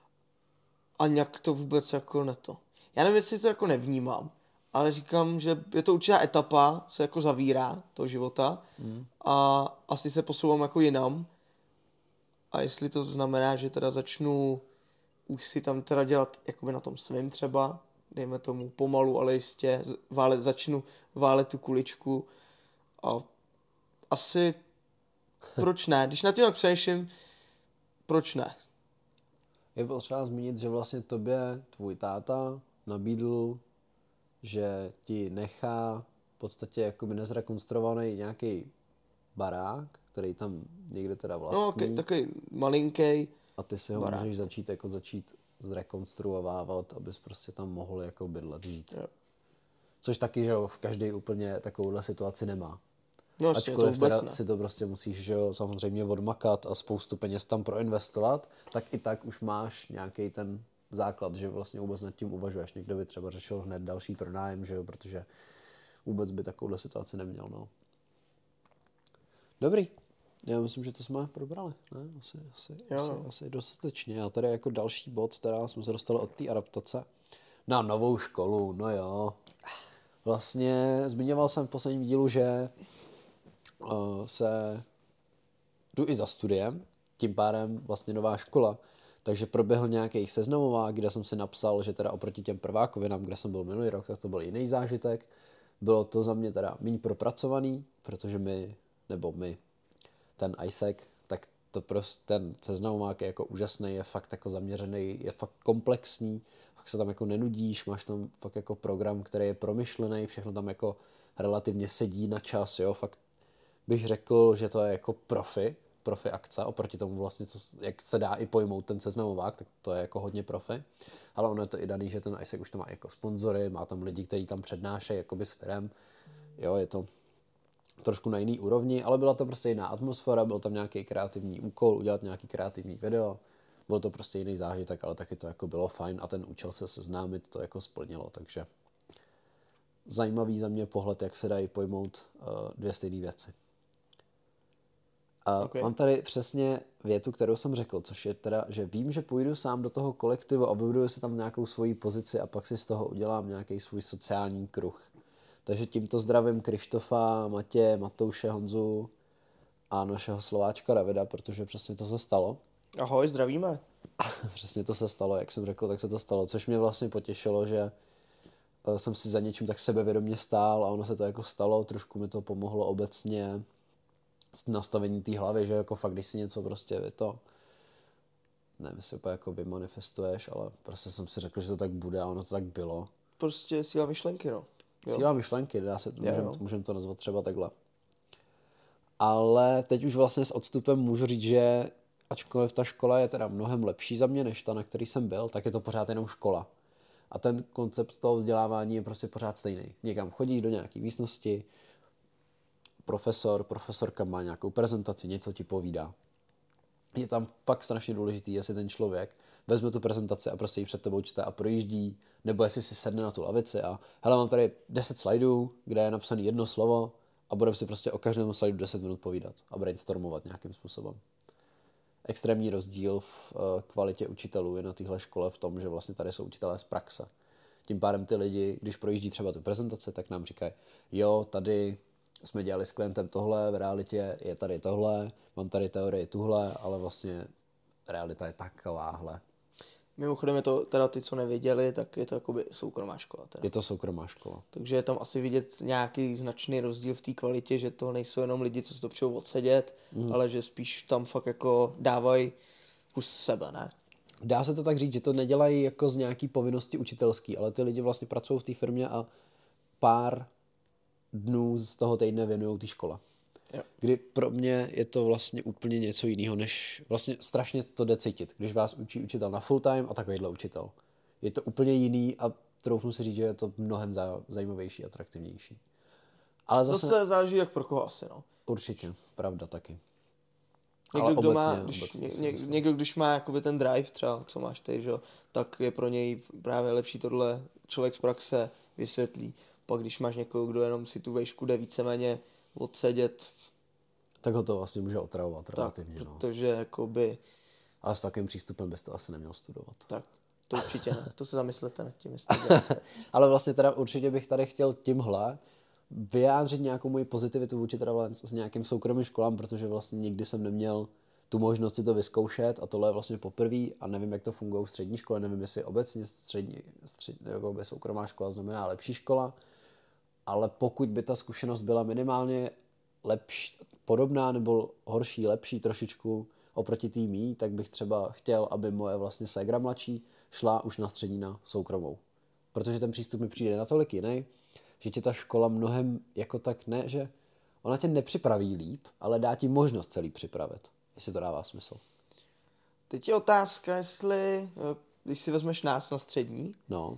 a nějak to vůbec jako neto. Já nevím, jestli to jako nevnímám, ale říkám, že je to určitá etapa, se jako zavírá toho života Mm. a asi se posouvám jako jinam. A jestli to znamená, že teda začnu už si tam teda dělat jakoby na tom svým třeba, dejme tomu pomalu, ale jistě, vále, začnu válet tu kuličku a asi proč ne? Když na tím tak přemýšlím, proč ne? Je potřeba zmínit, že vlastně tobě tvůj táta nabídl, že ti nechá v podstatě jakoby nezrekonstruovaný nějaký barák, který tam někde teda vlastní. No okay, takový malinký. A ty si ho barák. Můžeš začít jako začít zrekonstruovávat, abys prostě tam mohl jako bydlet, žít. Jo. Což taky, že jo, v každý úplně takovouhle situaci nemá. No, ačkoliv to teda si to prostě musíš, že jo, samozřejmě odmakat a spoustu peněz tam proinvestovat, tak i tak už máš nějaký ten základ, že vlastně vůbec nad tím uvažuješ. Někdo by třeba řešil hned další pronájem, že jo, protože vůbec by takovouhle situaci neměl, no. Dobrý. Já myslím, že to jsme probrali, ne? Asi, asi, asi, asi dostatečně. A tady jako další bod, teda jsme se dostali od té adaptace na novou školu, no jo. Vlastně zmiňoval jsem v posledním dílu, že uh, se jdu i za studiem, tím pádem vlastně nová škola, takže proběhl nějaký seznamovák, kde jsem si napsal, že teda oproti těm prvákovinám, kde jsem byl minulý rok, tak to byl jiný zážitek. Bylo to za mě teda méně propracovaný, protože my, nebo my, ten Isaac, tak to prostě ten seznamovák je jako úžasný, je fakt jako zaměřený, je fakt komplexní, fakt se tam jako nenudíš, máš tam fakt jako program, který je promyšlený, všechno tam jako relativně sedí na čas, jo, fakt bych řekl, že to je jako profi, profi akce, oproti tomu vlastně, co, jak se dá i pojmout ten seznamovák, tak to je jako hodně profi, ale ono je to i daný, že ten Isaac už to má jako sponzory, má tam lidi, kteří tam přednášejí jakoby s firem, jo, je to trošku na jiný úrovni, ale byla to prostě jiná atmosféra, byl tam nějaký kreativní úkol, udělat nějaký kreativní video, byl to prostě jiný zážitek, ale taky to jako bylo fajn a ten účel se seznámit to jako splnilo, takže zajímavý za mě pohled, jak se dají pojmout uh, dvě stejné věci. A okay. Mám tady přesně větu, kterou jsem řekl, což je teda, že vím, že půjdu sám do toho kolektivu a vybuduju si tam nějakou svoji pozici a pak si z toho udělám nějaký svůj sociální kruh. Takže tímto zdravím Krištofa, Matě, Matouše, Honzu a našeho Slováčka Davida, protože přesně to se stalo. Ahoj, zdravíme. Přesně to se stalo, jak jsem řekl, tak se to stalo, což mě vlastně potěšilo, že jsem si za něčím tak sebevědomě stál a ono se to jako stalo, trošku mi to pomohlo obecně s nastavení té hlavy, že jako fakt, když si něco prostě vy to, nevím, jestli úplně jako vymanifestuješ, ale prostě jsem si řekl, že to tak bude a ono to tak bylo. Prostě síla myšlenky, no. Jo. Síla myšlenky, dá se, můžeme můžem to nazvat třeba takhle. Ale teď už vlastně s odstupem můžu říct, že ačkoliv ta škola je teda mnohem lepší za mě, než ta, na který jsem byl, tak je to pořád jenom škola. A ten koncept toho vzdělávání je prostě pořád stejný. Někam chodíš do nějaké místnosti, profesor, profesorka má nějakou prezentaci, něco ti povídá. Je tam fakt strašně důležitý, jestli ten člověk vezme tu prezentaci a prostě ji před tebou čte a projíždí, nebo jestli si sedne na tu lavici a hele, mám tady deset slajdů, kde je napsané jedno slovo a budeme si prostě o každém slajdu deset minut povídat a brainstormovat nějakým způsobem. Extrémní rozdíl v uh, kvalitě učitelů je na téhle škole v tom, že vlastně tady jsou učitelé z praxe. Tím pádem ty lidi, když projíždí třeba tu prezentaci, tak nám říkají, jo, tady jsme dělali s klientem tohle, v realitě je tady tohle, mám tady teorii tuhle, ale vlastně realita je takováhle. Mimochodem je to, teda ty, co nevěděli, tak je to jakoby soukromá škola. Teda. Je to soukromá škola. Takže je tam asi vidět nějaký značný rozdíl v té kvalitě, že to nejsou jenom lidi, co si to přijou odsedět, mm. ale že spíš tam fakt jako dávají kus sebe, ne? Dá se to tak říct, že to nedělají jako z nějaký povinnosti učitelský, ale ty lidi vlastně pracují v té firmě a pár dnů z toho týdne věnují té škole. Jo. Kdy pro mě je to vlastně úplně něco jiného, než vlastně strašně to jde cítit, když vás učí učitel na full time a takovýhle učitel. Je to úplně jiný a troufnu si říct, že je to mnohem zajímavější a atraktivnější. Ale zase... Zase záleží jak pro koho asi, no. Určitě, pravda taky. Někdo, Ale kdo obecně, má, když, obecně ně, ně, někdo, když má jakoby ten drive třeba, co máš ty, že, tak je pro něj právě lepší tohle člověk z praxe vysvětlí. Pak když máš někoho, kdo jenom si tu vejšku jde víceméně odsedět, tak ho to vlastně může otravovat relativně. Tak, no. protože jakoby... Ale s takovým přístupem bys to asi neměl studovat. Tak, to určitě ne. To se zamyslete nad tím, jestli Ale vlastně teda určitě bych tady chtěl tímhle vyjádřit nějakou moji pozitivitu vůči teda s nějakým soukromým školám, protože vlastně nikdy jsem neměl tu možnost si to vyzkoušet a tohle je vlastně poprvé a nevím, jak to funguje v střední škole, nevím, jestli obecně střední, střední jako by soukromá škola znamená lepší škola, ale pokud by ta zkušenost byla minimálně lepší, podobná nebo horší, lepší trošičku oproti té mý, tak bych třeba chtěl, aby moje vlastně ségra mladší šla už na střední na soukromou. Protože ten přístup mi přijde natolik jiný, že tě ta škola mnohem jako tak ne, že ona tě nepřipraví líp, ale dá ti možnost celý připravit, jestli to dává smysl. Teď je otázka, jestli, když si vezmeš nás na střední, no.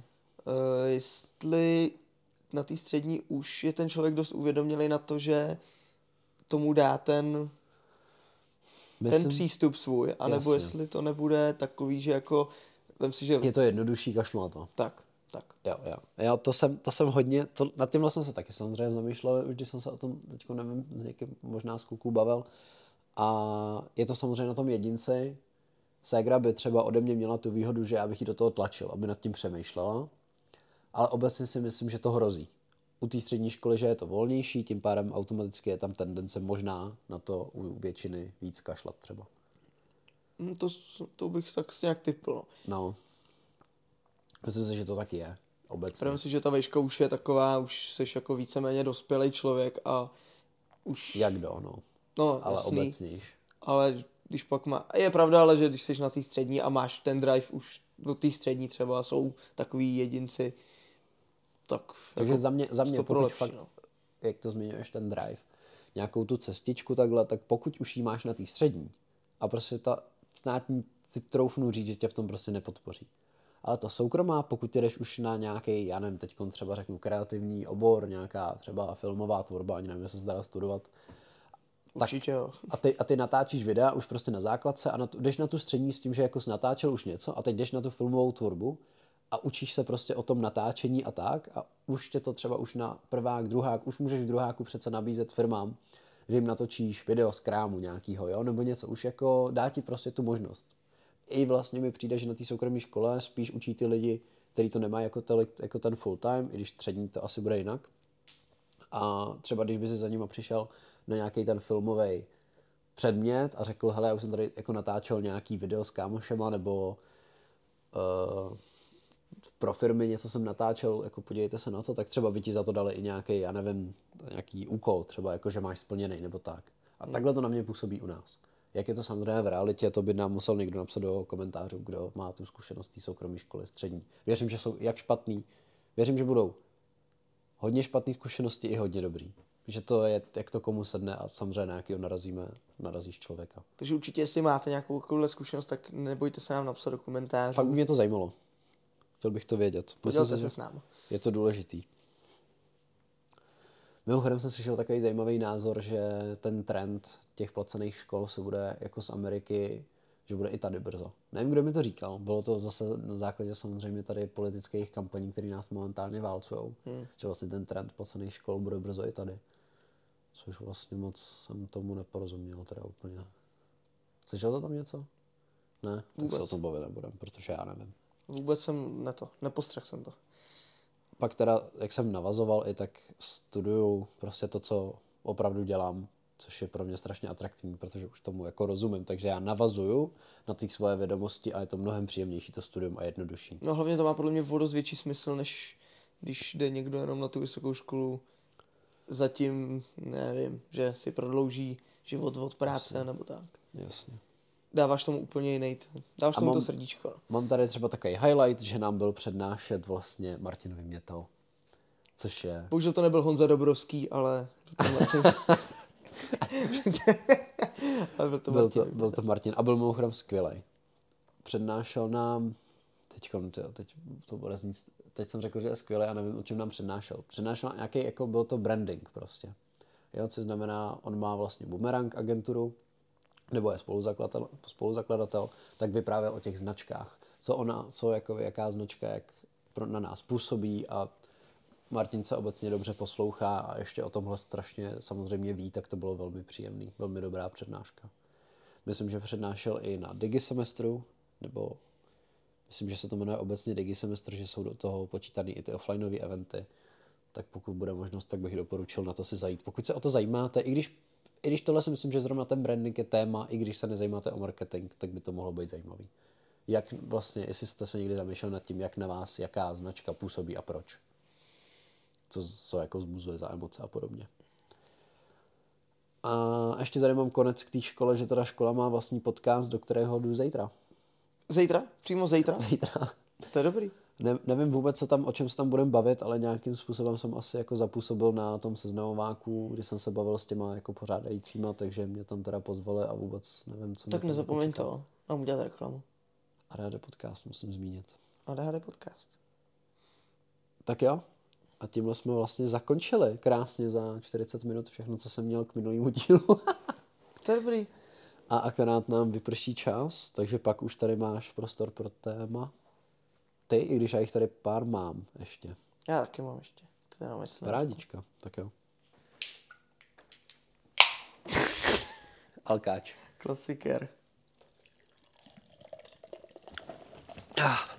jestli na té střední už je ten člověk dost uvědomělý na to, že tomu dá ten, Myslím, ten přístup svůj, anebo jasně. Jestli to nebude takový, že jako, vem si, že... Je to jednodušší, kašlu na to. Tak, tak. Jo, jo. jo to, jsem, to jsem hodně, to, nad tímhle jsem se taky samozřejmě zamýšlel, už když jsem se o tom teďko nevím, s někým možná z kluků bavil. A je to samozřejmě na tom jedinci. Ségra by třeba ode mě měla tu výhodu, že já bych ji do toho tlačil, aby nad tím přemýšlela. Ale obecně si myslím, že to hrozí. U té střední školy, že je to volnější, tím pádem automaticky je tam tendence možná na to u většiny víc kašlat třeba. To, to bych tak nějak typl. No. Myslím si, že to taky je. Obecně. Myslím si, že ta vejška už je taková, už jsi jako víceméně dospělý člověk a už... Jak do, no. No, ale jasný. obecnějš. Ale když pak má... Je pravda, ale že když jsi na té střední a máš ten drive už do té střední třeba jsou takový jedinci, tak... Takže jako za mě, za mě pokud lepší, fakt, no. jak to zmiňuješ, ten drive, nějakou tu cestičku takhle, tak pokud už ji máš na té střední a prostě ta státní si troufnu říct, že tě v tom prostě nepodpoří. Ale ta soukromá, pokud ty jdeš už na nějaký, já nevím, teď třeba řeknu kreativní obor, nějaká třeba filmová tvorba, ani nevím, jestli se dá studovat. Určitě jo. A ty, a ty natáčíš videa už prostě na základce a na tu, jdeš na tu střední s tím, že jako jsi natáčel už něco a teď jdeš na tu filmovou tvorbu a učíš se prostě o tom natáčení a tak a už tě to třeba už na prvák, druhák, už můžeš v druháku přece nabízet firmám, že jim natočíš video z krámu nějakýho, jo, nebo něco, už jako dá ti prostě tu možnost. I vlastně mi přijde, že na té soukromé škole spíš učí ty lidi, kteří to nemají jako, tolik, jako ten full time, i když střední to asi bude jinak. A třeba když by si za nima přišel na nějaký ten filmový předmět a řekl, hele, já už jsem tady jako natáčel nějaký video s kámošema, nebo uh, pro firmy něco jsem natáčel, jako podívejte se na to, tak třeba by ti za to dali i nějaký, já nevím, nějaký úkol, třeba jako, že máš splněný, nebo tak. A takhle to na mě působí u nás. Jak je to samozřejmě v realitě, to by nám musel někdo napsat do komentářů, kdo má tu zkušenost té soukromé školy střední. Věřím, že jsou jak špatný, věřím, že budou hodně špatné zkušenosti i hodně dobrý. Že to je, jak to komu sedne a samozřejmě na jakýho narazíme, narazíš člověka. Takže určitě, jestli máte nějakou takovouhle zkušenost, tak nebojte se nám napsat do komentářů. Fakt by mě to zajímalo. Chtěl bych to vědět. Podělte se s námi. Je to důležitý. Mimochodem jsem slyšel takový zajímavý názor, že ten trend těch placených škol se bude jako z Ameriky, že bude i tady brzo. Nevím, kdo mi to říkal. Bylo to zase na základě samozřejmě tady politických kampaní, které nás momentálně válcujou. Hmm. Že vlastně ten trend placených škol bude brzo i tady. Což vlastně moc jsem tomu neporozuměl teda úplně. Slyšel to tam něco? Ne? Tak se o tom bavit nebudem, protože já nevím. Vůbec jsem ne to, nepostřehl jsem to. Pak teda, jak jsem navazoval i tak studuju prostě to, co opravdu dělám, což je pro mě strašně atraktivní, protože už tomu jako rozumím, takže já navazuju na ty svoje vědomosti a je to mnohem příjemnější to studium a jednodušší. No hlavně to má podle mě o dost větší smysl, než když jde někdo jenom na tu vysokou školu zatím, nevím, že si prodlouží život od práce Jasně. nebo tak. Jasně. Dáváš tomu úplně jiný, dáváš a tomu mám, to srdíčko. Mám tady třeba takový highlight, že nám byl přednášet vlastně Martin Vymětal, což je... Bohužel to nebyl Honza Dobrovský, ale... ale byl, to byl, to, byl to Martin a byl mimochodem skvělej. Přednášel nám, teďkom, tyjo, teď to bude znít, teď jsem řekl, že je skvělej a nevím, o čem nám přednášel. Přednášel nějaký, jako byl to branding prostě. Jo, co znamená, on má vlastně Boomerang agenturu, nebo je spoluzakladatel, spoluzakladatel, tak vyprávěl o těch značkách. Co ona, co jako jaká značka, jak pro, na nás působí a Martin se obecně dobře poslouchá a ještě o tomhle strašně samozřejmě ví, tak to bylo velmi příjemný, velmi dobrá přednáška. Myslím, že přednášel i na Digisemestru, nebo myslím, že se to jmenuje obecně Digisemestr, že jsou do toho počítaný i ty offlineové eventy, tak pokud bude možnost, tak bych doporučil na to si zajít. Pokud se o to zajímáte, i když, i když tohle si myslím, že zrovna ten branding je téma, i když se nezajímáte o marketing, tak by to mohlo být zajímavý. Jak vlastně, jestli jste se někdy zamýšlel nad tím, jak na vás, jaká značka působí a proč. Co, co jako zbuzuje za emoce a podobně. A ještě tady mám konec k té škole, že teda škola má vlastní podcast, do kterého jdu zítra. Zítra? Přímo zítra? Zítra. To je dobrý. Ne, nevím vůbec, co tam, o čem se tam budeme bavit, ale nějakým způsobem jsem asi jako zapůsobil na tom seznamováku, kdy jsem se bavil s těma jako pořádajícíma, takže mě tam teda pozvali a vůbec nevím, co. Tak nezapomeň to. Mám udělat reklamu. A D H D podcast musím zmínit. A D H D podcast. Tak jo. A tímhle jsme vlastně zakončili krásně za čtyřicet minut všechno, co jsem měl k minulému dílu. To je dobrý. A akorát nám vyprší čas, takže pak už tady máš prostor pro téma. Ty, i když já jich tady pár mám ještě. Já taky mám ještě. To je na mysli. Rádička, tak jo. Alkáč. Klasiker. Ah.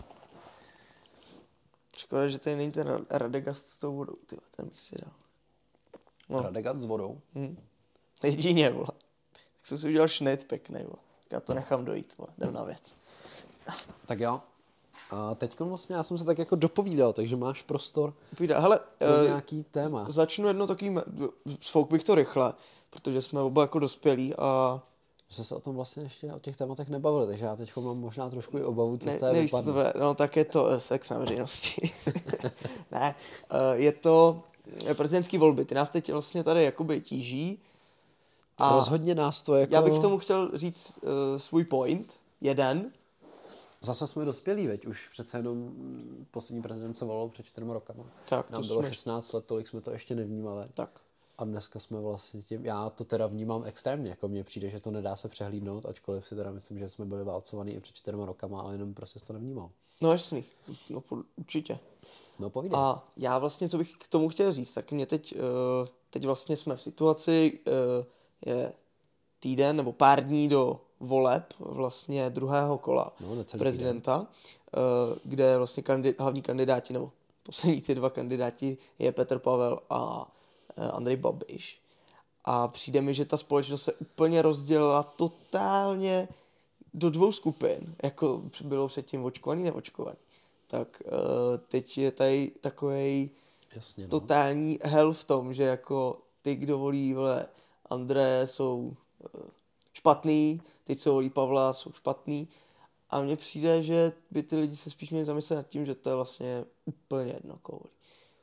Škoda, že tady není ten Radegast s tou vodou, tyhle, ten bych si dal. No. Radegast s vodou? Hm. Jedině, vole. Tak jsem si udělal šnit pěknej, vole. Já to nechám dojít, vole. Jdem na věc. Tak jo. A teď vlastně já jsem se tak jako dopovídal, takže máš prostor Povídá. Hele, pro uh, nějaký téma. Začnu jedno takovým, sfouk bych to rychle, protože jsme oba jako dospělí a... My jsme se o tom vlastně ještě o těch tématech nebavili, takže já teď mám možná trošku i obavu, co ne, z té nevíš, vypadne. Co to bude. No tak je to sex na veřejnosti. Ne, uh, je to prezidentský volby. Ty nás teď vlastně tady jakoby tíží. A rozhodně nás to jako... Já bych tomu chtěl říct uh, svůj point. Jeden. Zase jsme dospělí, veď už přece jenom poslední prezident se volil před čtyřma rokama. Tak, Nám to bylo jsme... šestnáct let, tolik jsme to ještě nevnímali. Tak. A dneska jsme vlastně tím, já to teda vnímám extrémně, jako mně přijde, že to nedá se přehlídnout, ačkoliv si teda myslím, že jsme byli válcovaný i před čtyřma rokama, ale jenom prostě to nevnímal. No jasný, no určitě. No povídej. A já vlastně, co bych k tomu chtěl říct, tak mě teď, uh, teď vlastně jsme v situaci, uh, je týden nebo pár dní do voleb vlastně druhého kola no, prezidenta, uh, kde vlastně kandid, hlavní kandidáti, nebo poslední ty dva kandidáti je Petr Pavel a uh, Andrej Babiš. A přijde mi, že ta společnost se úplně rozdělila totálně do dvou skupin, jako bylo předtím očkovaný, neočkovaný. Tak uh, teď je tady takovej Jasně, no. totální hell v tom, že jako ty, kdo volí vole, Andreje, jsou uh, špatný, ty, co volí Pavla, jsou špatný. A mně přijde, že by ty lidi se spíš měli zamyslet nad tím, že to je vlastně úplně jedno, koho volí.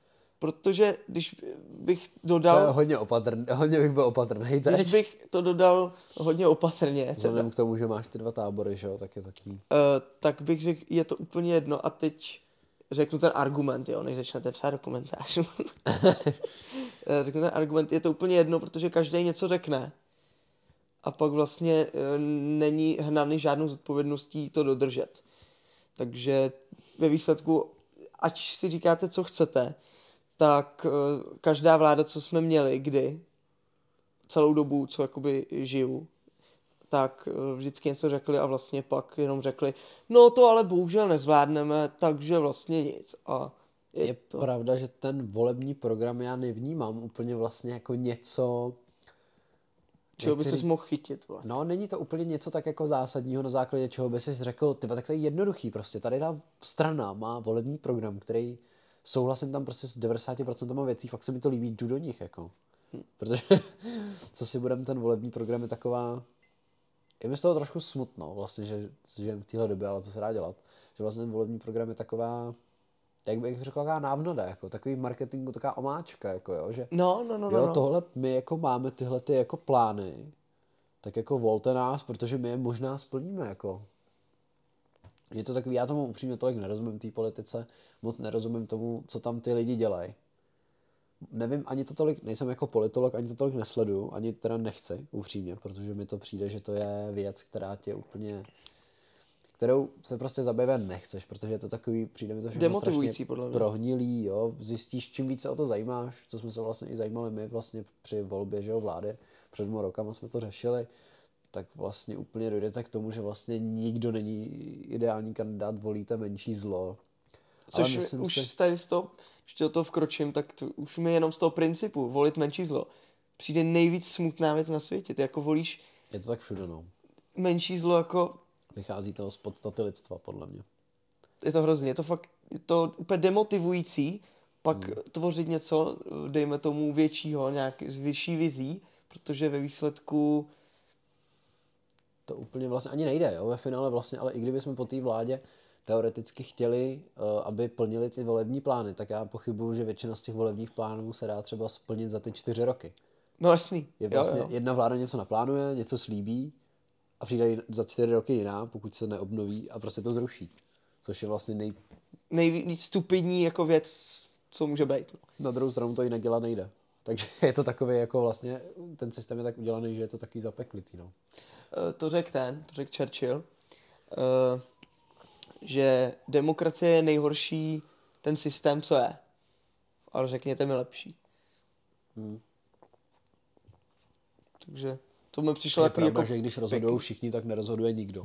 Protože když bych To dodal... je hodně opatrný, hodně bych byl opatrný teď. Když bych to dodal hodně opatrně, Vzhledem k tomu, že máš ty dva tábory, že jo, tak je taky... uh, tak bych řekl, je to úplně jedno a teď řeknu ten argument, jo, než začnete psát do komentářů. Řeknu ten argument, je to úplně jedno, protože každý něco řekne a pak vlastně uh, není hnaný žádnou zodpovědností to dodržet. Takže ve výsledku, ať si říkáte, co chcete, tak uh, každá vláda, co jsme měli, kdy celou dobu, co jakoby žiju, tak uh, vždycky něco řekli a vlastně pak jenom řekli, no to ale bohužel nezvládneme, takže vlastně nic. A je, Je to... pravda, že ten volební program já nevnímám úplně vlastně jako něco... Čeho by nechci ses mohl chytit, vole. No, není to úplně něco tak jako zásadního, na základě čeho by si řekl, tyba, tak to je jednoduchý prostě. Tady ta strana má volební program, který souhlasím tam prostě s devadesát procent věcí, fakt se mi to líbí, jdu do nich, jako. Hm. Protože, co si budem, ten volební program je taková, je mi z toho trošku smutno, vlastně, že, že v téhle době, ale co se dá dělat, že vlastně ten volební program je taková, jak bych řekl, taková návnada, jako takový marketingu, taková omáčka, jako jo, že No, no, no, no. jo, no. tohle my jako máme tyhle ty jako plány, tak jako volte nás, protože my je možná splníme, jako. Je to takový, já tomu upřímně tolik nerozumím té politice, moc nerozumím tomu, co tam ty lidi dělají. Nevím, ani to tolik, nejsem jako politolog, ani to tolik nesleduju, ani teda nechci, upřímně, protože mi to přijde, že to je věc, která tě úplně, kterou se prostě zabývat nechceš, protože je to takový, přijde mi to všechno Demotivující, podle mě. prohnilý, jo, zjistíš, čím víc se o to zajímáš, co jsme se vlastně i zajímali my vlastně při volbě, že jo, vlády, před dvěma rokama jsme to řešili, tak vlastně úplně dojdete k tomu, že vlastně nikdo není ideální kandidát, volíte menší zlo. Což už si... tady z toho, ještě do toho vkročím, tak to už mi jenom z toho principu volit menší zlo přijde nejvíc smutná věc na světě. Ty jako volíš... Je to tak všude, no. Menší zlo jako... Vychází to z podstaty lidstva, podle mě. Je to hrozně, je to fakt, je to úplně demotivující, pak hmm. tvořit něco, dejme tomu většího, nějak s vyšší vizí, protože ve výsledku... To úplně vlastně ani nejde, jo, ve finále vlastně, ale i kdyby jsme po té vládě teoreticky chtěli, uh, aby plnili ty volební plány, tak já pochybuju, že většina z těch volebních plánů se dá třeba splnit za ty čtyři roky. No jasný. Je vlastně, jo, jo. jedna vláda něco naplánuje, něco slíbí a přijde za čtyři roky jiná, pokud se neobnoví a prostě to zruší. Což je vlastně nej... nejvíc stupidní jako věc, co může být. No. Na druhou stranu to jinak dělat nejde. Takže je to takový jako vlastně, ten systém je tak udělaný, že je to takový zapeklitý, no. To řekl ten, to řekl Churchill, že demokracie je nejhorší ten systém, co je. Ale řekněte mi lepší. Hmm. Takže to mi přišlo je takový pravda, jako... že když rozhodují všichni, tak nerozhoduje nikdo.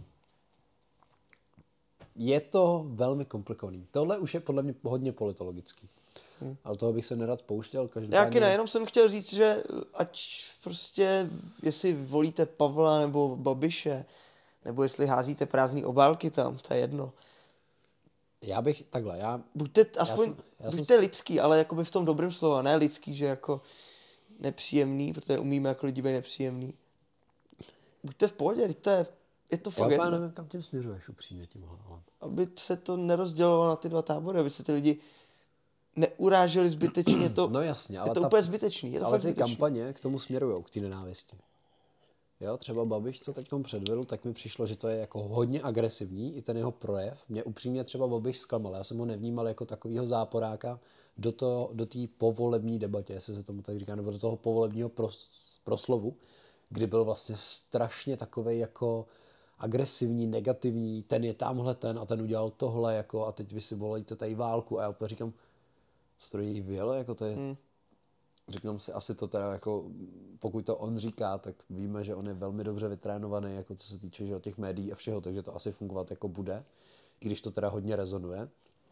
Je to velmi komplikovaný. Tohle už je podle mě hodně politologický. Hmm. Ale toho bych se nerad pouštěl. Každopádně... Jaký ne, jenom jsem chtěl říct, že ať prostě, jestli volíte Pavla nebo Babiše, nebo jestli házíte prázdný obálky tam, to je jedno. Já bych, takhle, já... Buďte aspoň, já jsem, já buďte jsem... lidský, ale jakoby v tom dobrém slova, ne lidský, že jako nepříjemný, protože umíme jako lidi být nepříjemný. Buďte v pohodě, to je, je to fakt já jedno. nevím, kam tím směřuješ upřímně tímhle. Ale... Aby se to nerozdělovalo na ty dva tábory, aby se ty lidi neuráželi zbytečně, to, no jasně, ale je to ta... úplně zbytečný. Je to ale fakt ty zbytečný. kampaně k tomu směrujou, k té nenávisti. Jo, třeba Babiš, co teď předvedl, tak mi přišlo, že to je jako hodně agresivní, i ten jeho projev. Mě upřímně třeba Babiš zklamal, já jsem ho nevnímal jako takovýho záporáka do té do povolební debatě, jestli se tomu tak říká, nebo do toho povolebního pros, proslovu, kdy byl vlastně strašně takovej jako agresivní, negativní, ten je tamhle ten a ten udělal tohle, jako a teď vy si volajíte tady válku a já úplně říkám, co to jí vyjelo, jako to je... Hmm. Říkám si, asi to teda jako, pokud to on říká, tak víme, že on je velmi dobře vytrénovaný, jako co se týče že, těch médií a všeho, takže to asi fungovat jako bude, i když to teda hodně rezonuje.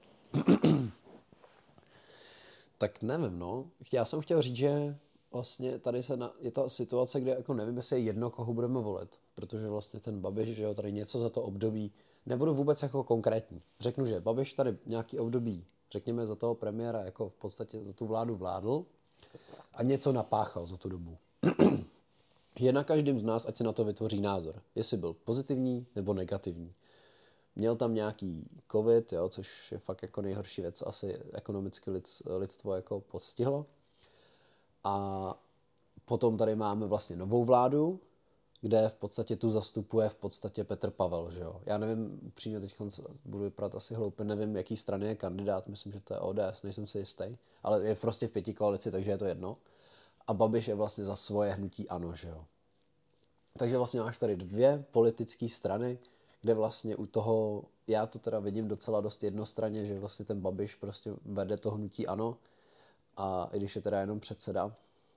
Tak nevím, no. Já jsem chtěl říct, že vlastně tady se na, je ta situace, kde jako nevím, jestli je jedno, koho budeme volit, protože vlastně ten Babiš, že jo, tady něco za to období, nebudu vůbec jako konkrétní. Řeknu, že Babiš tady nějaký období, řekněme za toho premiéra, jako v podstatě za tu vládu vládl, a něco napáchal za tu dobu. Je na každém z nás, ať se na to vytvoří názor. Jestli byl pozitivní nebo negativní. měl tam nějaký covid, jo, což je fakt jako nejhorší věc, co asi ekonomicky lid, lidstvo jako postihlo. A potom tady máme vlastně novou vládu, kde v podstatě tu zastupuje v podstatě Petr Pavel, že jo. Já nevím, upřímně teď budu vypadat asi hloupě, nevím, jaký strany je kandidát, myslím, že to je O D S, nejsem si jistý, ale je prostě v pěti koalici, takže je to jedno. A Babiš je vlastně za svoje hnutí ANO, že jo. Takže vlastně máš tady dvě politické strany, kde vlastně u toho, já to teda vidím docela dost jednostranně, že vlastně ten Babiš prostě vede to hnutí ANO, a i když je teda jenom předseda.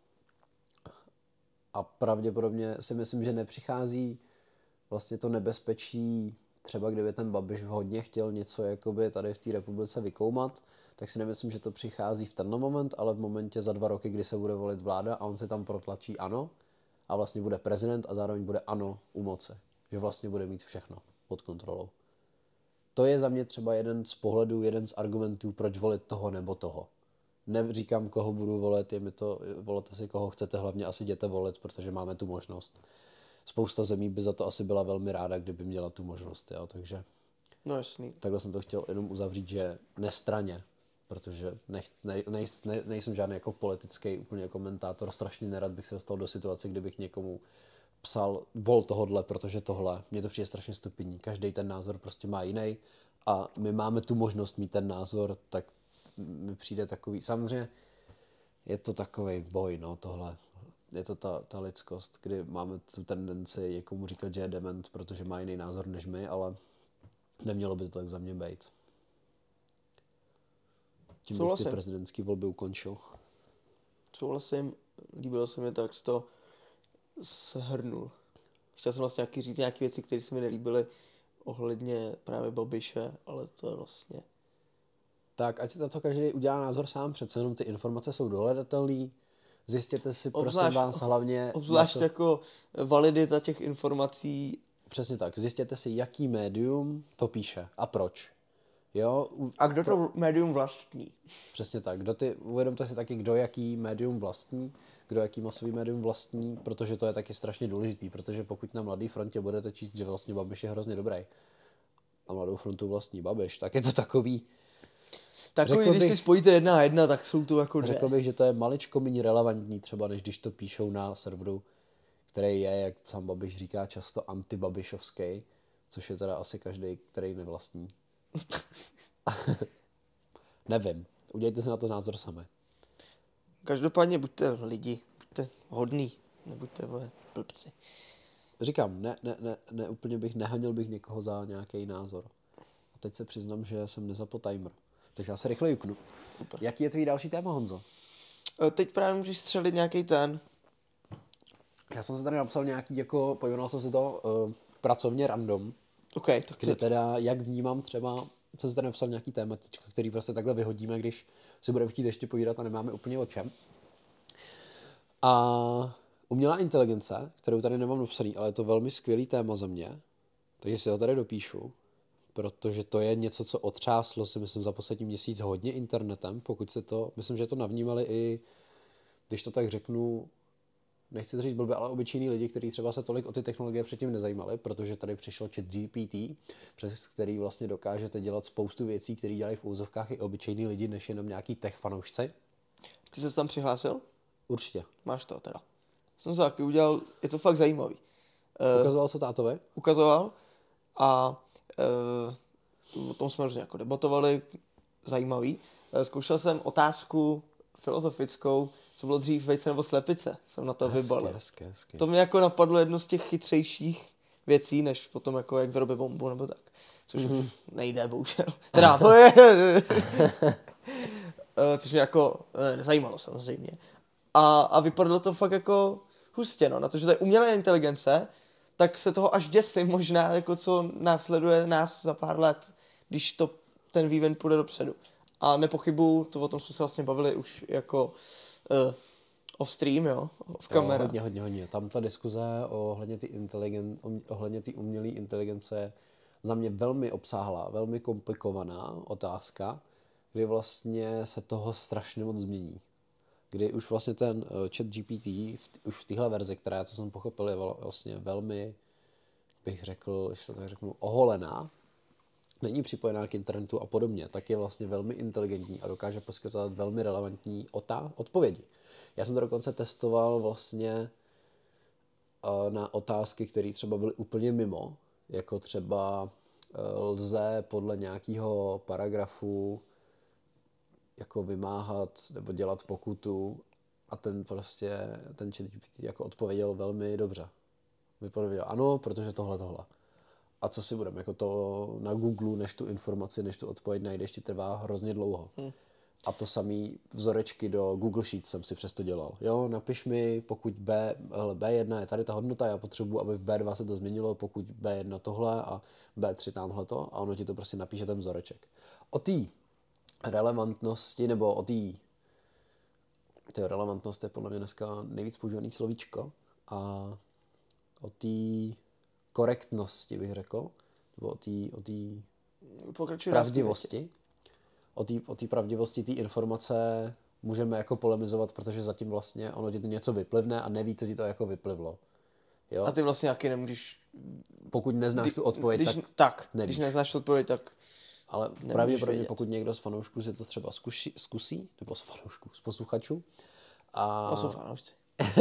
A pravděpodobně si myslím, že nepřichází vlastně to nebezpečí, třeba kdyby ten Babiš hodně chtěl něco jakoby tady v té republice vykoumat, tak si nemyslím, že to přichází v tenhle moment, ale v momentě za dva roky, kdy se bude volit vláda a on si tam protlačí ANO a vlastně bude prezident a zároveň bude ANO u moci. Že vlastně bude mít všechno pod kontrolou. To je za mě třeba jeden z pohledů, jeden z argumentů, proč volit toho nebo toho. Neříkám, koho budu volit, je mi to, volte si koho chcete, hlavně asi jděte volit, protože máme tu možnost. Spousta zemí by za to asi byla velmi ráda, kdyby měla tu možnost, jo, takže... No jasný. Takhle jsem to chtěl jenom uzavřít, že nestraně, protože nech, ne, nej, ne, nejsem žádný jako politický úplně komentátor, strašně nerad bych se dostal do situace, kdybych někomu psal vol tohodle, protože tohle, mně to přijde strašně stupidní, každý ten názor prostě má jiný a my máme tu možnost mít ten názor, tak mi přijde takový, samozřejmě je to takovej boj, no tohle, je to ta, ta lidskost, kdy máme tu tendenci někomu říkat, že je dement, protože má jiný názor než my, ale nemělo by to tak za mě být. Tím bych ty prezidentský volby ukončil. Souhlasím, líbilo se mi to, jak jsi to shrnul. Chtěl jsem vlastně nějaký říct nějaké věci, které se mi nelíbily ohledně právě Babiše, ale to je vlastně... Tak, ať si na to každý udělá názor sám, přece jenom ty informace jsou dohledatelné. Zjistěte si, obzvlášť, prosím vás, hlavně... Obzvlášť co... jako validita těch informací. Přesně tak. Zjistěte si, jaký médium to píše a proč. Jo? A kdo to pro... médium vlastní. Přesně tak. Kdo ty, uvědomte si taky, kdo jaký médium vlastní, kdo jaký masový médium vlastní, protože to je taky strašně důležitý, protože pokud na Mladé frontě budete číst, že vlastně Babiš je hrozně dobrý a Mladou frontu vlastní Babiš, tak je to takový... Takový, když bych, si spojíte jedna a jedna, tak jsou to jako dvě. Řekl bych, že to je maličko méně relevantní třeba, než když to píšou na serveru, který je, jak sám Babiš říká, často antibabišovský, což je teda asi každý, který nevlastní. Nevím. Udělejte si na to názor sami. Každopádně buďte lidi, buďte hodný, nebuďte vole blbci. Říkám, ne, ne, ne, ne, úplně bych, nehanil bych někoho za nějaký názor. A teď se přiznám, že jsem nezapl timer. Takže já se rychle juknu. Super. Jaký je tvůj další téma, Honzo? Teď právě můžeš střelit nějaký ten. Já jsem si tady napsal nějaký, jako, pojmenoval jsem si to uh, pracovně random. OK, tak kde teda, jak vnímám třeba, jsem si tady napsal nějaký tématička, který prostě takhle vyhodíme, když si budeme chtít ještě povídat a nemáme úplně o čem. A umělá inteligence, kterou tady nemám napsaný, ale je to velmi skvělý téma za mě, takže si ho tady dopíšu, protože to je něco, co otřáslo si myslím za poslední měsíc hodně internetem, pokud se to, myslím, že to navnímali i, když to tak řeknu, nechci to říct blbě, ale obyčejní lidi, kteří třeba se tolik o ty technologie předtím nezajímali, protože tady přišel chat G P T, přes který vlastně dokážete dělat spoustu věcí, které dělají v úzovkách i obyčejní lidi, než jenom nějaký tech fanoušci. Ty jsi tam přihlásil? Určitě. Máš to teda. Jsem se taky udělal, je to fakt zajímavý. Ukazoval se tátovi? Ukazoval a uh, o tom jsme různě jako debatovali, zajímavý. Zkoušel jsem otázku filozofickou, co bylo dřív, vejce nebo slepice. Jsem na to vybalil. Hezky, hezky. To mi jako napadlo jedno z těch chytřejších věcí, než potom jako jak vyrobit bombu nebo tak. Což mm-hmm. už nejde, bohužel. Teda, to je... Což mě jako nezajímalo samozřejmě. A, a vypadalo to fakt jako hustě, no. Na to, že to je umělá inteligence, tak se toho až děsím možná, jako co následuje nás za pár let, když to ten vývoj půjde dopředu. A nepochybuju, to o tom jsme se vlastně bavili už jako uh, off stream, jo, off kamera. Hodně, hodně, hodně. Tam ta diskuze ohledně ty inteligen, ohledně ty umělé inteligence je za mě velmi obsáhlá, velmi komplikovaná otázka, kdy vlastně se toho strašně moc změní. Kdy už vlastně ten uh, chat G P T v, už v téhle verzi, která, co jsem pochopil, je vlastně velmi, bych řekl, ještě to tak řeknu, oholená, není připojená k internetu a podobně, tak je vlastně velmi inteligentní a dokáže poskytovat velmi relevantní otá- odpovědi. Já jsem to dokonce testoval vlastně uh, na otázky, které třeba byly úplně mimo, jako třeba uh, lze podle nějakého paragrafu jako vymáhat nebo dělat pokutu a ten prostě, ten ChatGPT jako odpověděl velmi dobře. Vypověděl ano, protože tohle, tohle. A co si budeme, jako to na Google, než tu informaci, než tu odpověď najdeš, ti trvá hrozně dlouho. Hmm. A to samý vzorečky do Google Sheets jsem si přesto dělal. Jo, napiš mi, pokud B, hele, bé jedna je tady ta hodnota, já potřebuji, aby v bé dva se to změnilo, pokud bé jedna tohle a bé tři tamhleto, a ono ti to prostě napíše ten vzoreček. O té relevantnosti, nebo o té relevantnost je podle mě dneska nejvíc používaný slovíčko, a o té korektnosti bych řekl, nebo o té o té pravdivosti. O té o té pravdivosti té informace můžeme jako polemizovat, protože zatím vlastně ono ti to něco vyplivne a neví, co ti to jako vyplivlo. Jo? A ty vlastně taky nemůžeš... Pokud neznáš Kdy, tu odpověď, když, tak, tak nevíš. Když neznáš tu odpověď, tak ale pravděpodobně, pokud někdo z fanoušků si to třeba zkuší, zkusí, nebo z fanoušků, z posluchačů. A... To jsou fanoušci.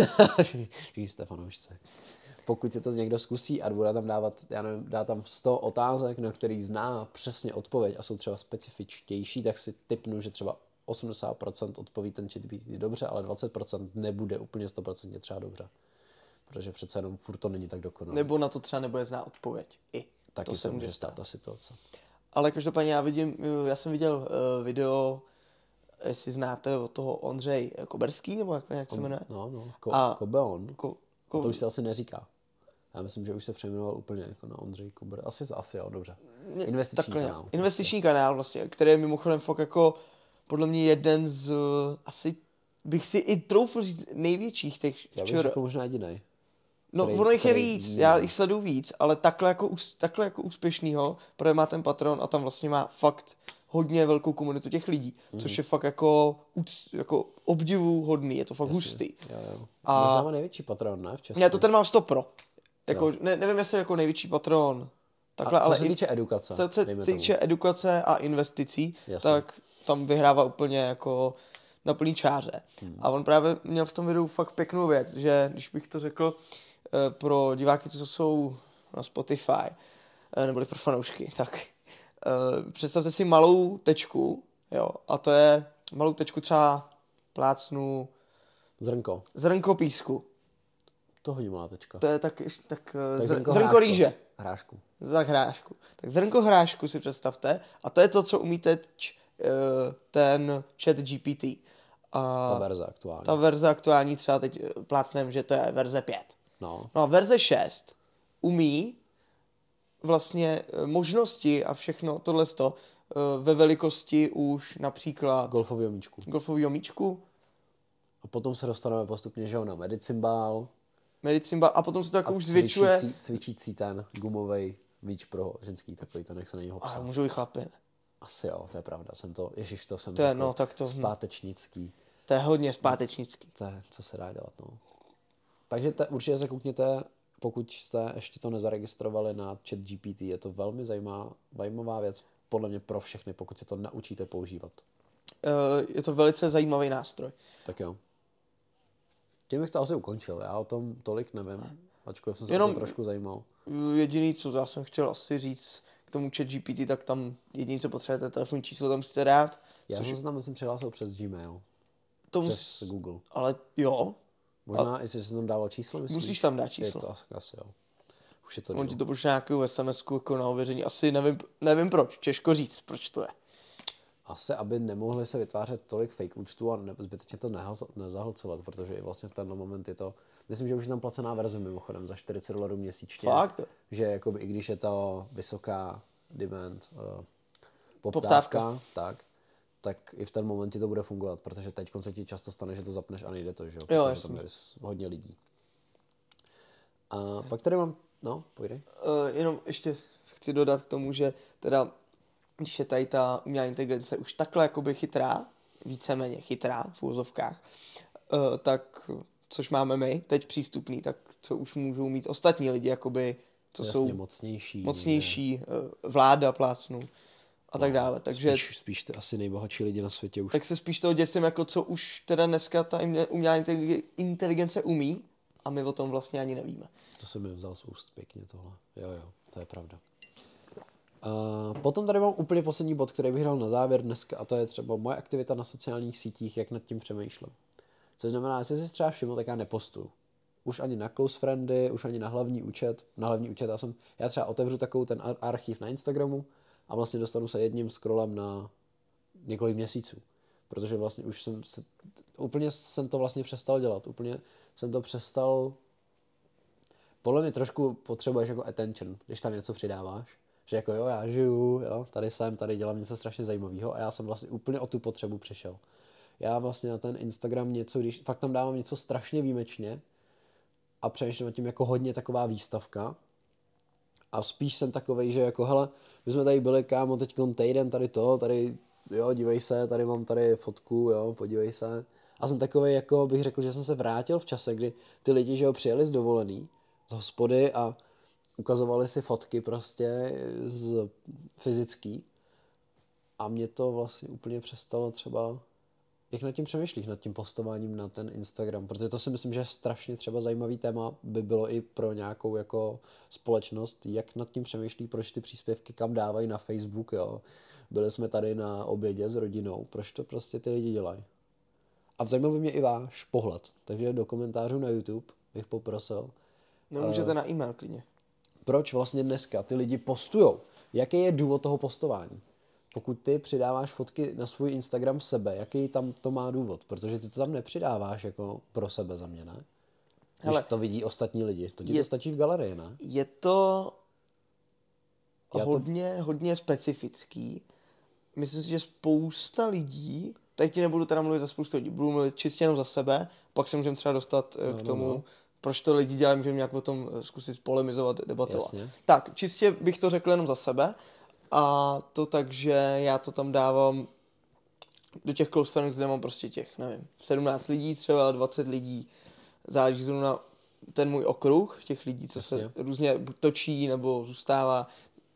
Všichni jste fanoušci. Pokud si to někdo zkusí a bude tam dávat, já nevím, dá tam sto otázek, na který zná přesně odpověď a jsou třeba specifičtější, tak si tipnu, že třeba osmdesát procent odpoví ten ChatGPT dobře, ale dvacet procent nebude úplně sto procent třeba dobře. Protože přece jenom furt to není tak dokonalé. Nebo na to třeba nebude znát odpověď. I. Taky to se může stát ta situace. Ale každopádně já vidím, já jsem viděl uh, video, jestli znáte od toho Ondřej Koberský, nebo jak, jak se jmenuje? No, no, Ko, a, Kobeon. Ko, ko, to už se asi neříká. Já myslím, že už se přejmenoval úplně jako na Ondřej Kober. Asi, asi jo, dobře. Investiční takhle, kanál. Investiční kanál vlastně, který je mimochodem fakt jako podle mě jeden z, asi bych si i troufl říct, největších těch Já bych řekl možná jedinej. No, který, ono jich je který víc, mě... já jich sleduju víc, ale takhle jako, takhle jako úspěšnýho, protože má ten Patreon a tam vlastně má fakt hodně velkou komunitu těch lidí, mm. což je fakt jako, jako obdivuhodný, je to fakt Jasně. hustý. Jo, jo. A... Možná má největší Patreon, ne? V Česku. Já to ten mám sto pro. Jako, ne, nevím, jestli jako největší Patreon. Takhle, a co ale se týče edukace? Co se týče tomu. edukace a investicí, Jasně. tak tam vyhrává úplně jako na plný čáře. Hmm. A on právě měl v tom videu fakt pěknou věc, že když bych to řekl eh, pro diváky, co jsou na Spotify, eh, neboli pro fanoušky, tak eh, představte si malou tečku, jo, a to je malou tečku třeba plácnu Zrnko. Zrnko písku. To hodně malá tečka. To je tak, tak, tak zrnko, zrnko rýže. Hrášku. Za hrášku. Tak zrnko hrášku si představte a to je to, co umí teď uh, ten chat G P T. A ta verze aktuální. Ta verze aktuální třeba teď plácnem, že to je verze pět. No. No a verze šest umí vlastně možnosti a všechno tohleto uh, ve velikosti už například golfovýho míčku. Golfovýho míčku. A potom se dostaneme postupně, že jo, na medicimbál. Medicimbál a potom se to jako a už zvětšuje. Cvičící, cvičící ten gumovej míč pro ženský, takový to, nech se na něho psát. Ale můžou i chlapi, ne? Asi jo, to je pravda. Jsem to, ježiš, to jsem to je, no, tak to, zpátečnický. To je hodně zpátečnický. To je, co se dá dělat, no. Takže te, určitě se koukněte, pokud jste ještě to nezaregistrovali na ChatGPT, je to velmi zajímavá, zajímavá věc, podle mě pro všechny, pokud se to naučíte používat. Uh, je to velice zajímavý nástroj. Tak jo. Tím bych to asi ukončil, já o tom tolik nevím, ačkoliv jsem se Jenom o to trošku zajímal. Jediný, co já jsem chtěl asi říct k tomu ChatGPT, tak tam jediný, co potřebujete, telefonní číslo tam musíte dát. Já což... jsem se tam, myslím, přihlásil přes Gmail. To přes mus... Google. Ale jo. Možná, a... jestli jsi tam dával číslo, myslíš? Musíš tam dát číslo. Je to asi, jo. Už je to On ti to pošle nějakou SMSku jako na ověření. Asi nevím, nevím proč, těžko říct, proč to je. Asi, aby nemohli se vytvářet tolik fake účtů a zbytečně to nezahlcovat, protože i vlastně v tenhle moment je to, myslím, že už je tam placená verze mimochodem za čtyřicet dolarů měsíčně. Fakt? Že jakoby, i když je to vysoká demand, uh, poptávka, poptávka, tak, tak i v ten moment ti to bude fungovat, protože teď se ti často stane, že to zapneš a nejde to, že jo, protože jo, tam je hodně lidí. A pak tady mám, no, pojdej. Uh, jenom ještě chci dodat k tomu, že teda když je tady ta umělá inteligence už takhle jakoby chytrá, víceméně chytrá v úvozovkách, uh, tak, což máme my teď přístupný, tak co už můžou mít ostatní lidi jakoby co Jasně, jsou mocnější. mocnější, uh, vláda plácnu a tak dále. Takže Spíš, spíš ty asi nejbohatší lidi na světě už. tak se spíš toho děsím, jako co už teda dneska ta umělá inteligence umí a my o tom vlastně ani nevíme. To se mi vzal z úst pěkně tohle. Jo, jo, to je pravda. Uh, potom tady mám úplně poslední bod, který bych dal na závěr dneska, a to je třeba moje aktivita na sociálních sítích, jak nad tím přemýšlím. Což znamená, jestli jsi třeba všiml, tak já nepostuju. Už ani na close friendy, už ani na hlavní účet. Na hlavní účet já jsem, já třeba otevřu takovou ten ar- archiv na Instagramu a vlastně dostanu se jedním scrollem na několik měsíců. Protože vlastně už jsem se, úplně jsem to vlastně přestal dělat. Úplně jsem to přestal, podle mě trošku potřebuješ jako attention, když tam něco přidáváš. Že jako jo, já žiju, jo, tady jsem, tady dělám něco strašně zajímavého a já jsem vlastně úplně o tu potřebu přišel. Já vlastně na ten Instagram něco, když fakt tam dávám něco strašně výjimečně a přemýšlím nad tím jako hodně taková výstavka a spíš jsem takovej, že jako hele, my jsme tady byli kámo teď týden, tady to, tady jo, dívej se, tady mám tady fotku, jo, podívej se. A jsem takovej, jako bych řekl, že jsem se vrátil v čase, kdy ty lidi, že jo, přijeli z dovolený, z hospody a ukazovali si fotky prostě z fyzický a mě to vlastně úplně přestalo třeba, jak nad tím přemýšlíš, nad tím postováním na ten Instagram, protože to si myslím, že je strašně třeba zajímavý téma, by bylo i pro nějakou jako společnost, jak nad tím přemýšlí, proč ty příspěvky kam dávají na Facebook, jo. Byli jsme tady na obědě s rodinou, proč to prostě ty lidi dělají. A zajímal by mě i váš pohled, takže do komentářů na YouTube bych poprosil. No můžete uh, na e-mail klidně. Proč vlastně dneska ty lidi postujou? Jaký je důvod toho postování? Pokud ty přidáváš fotky na svůj Instagram sebe, jaký tam to má důvod? Protože ty to tam nepřidáváš jako pro sebe za mě, ne? Když Hele, to vidí ostatní lidi. To ti je, to stačí v galerii, ne? Je to hodně, to... hodně specifický. Myslím si, že spousta lidí, teď ti nebudu teda mluvit za spoustu lidí, budu mluvit čistě jenom za sebe, pak se můžeme třeba dostat no, k tomu, no, no. proč to lidi dělají, můžeme nějak o tom zkusit polemizovat, debatovat. Jasně. Tak, čistě bych to řekl jenom za sebe. A to tak, že já to tam dávám do těch close friends, kde mám prostě těch, nevím, sedmnáct lidí, třeba dvacet lidí. Záleží zrovna na ten můj okruh těch lidí, co Jasně. se různě buď točí nebo zůstává.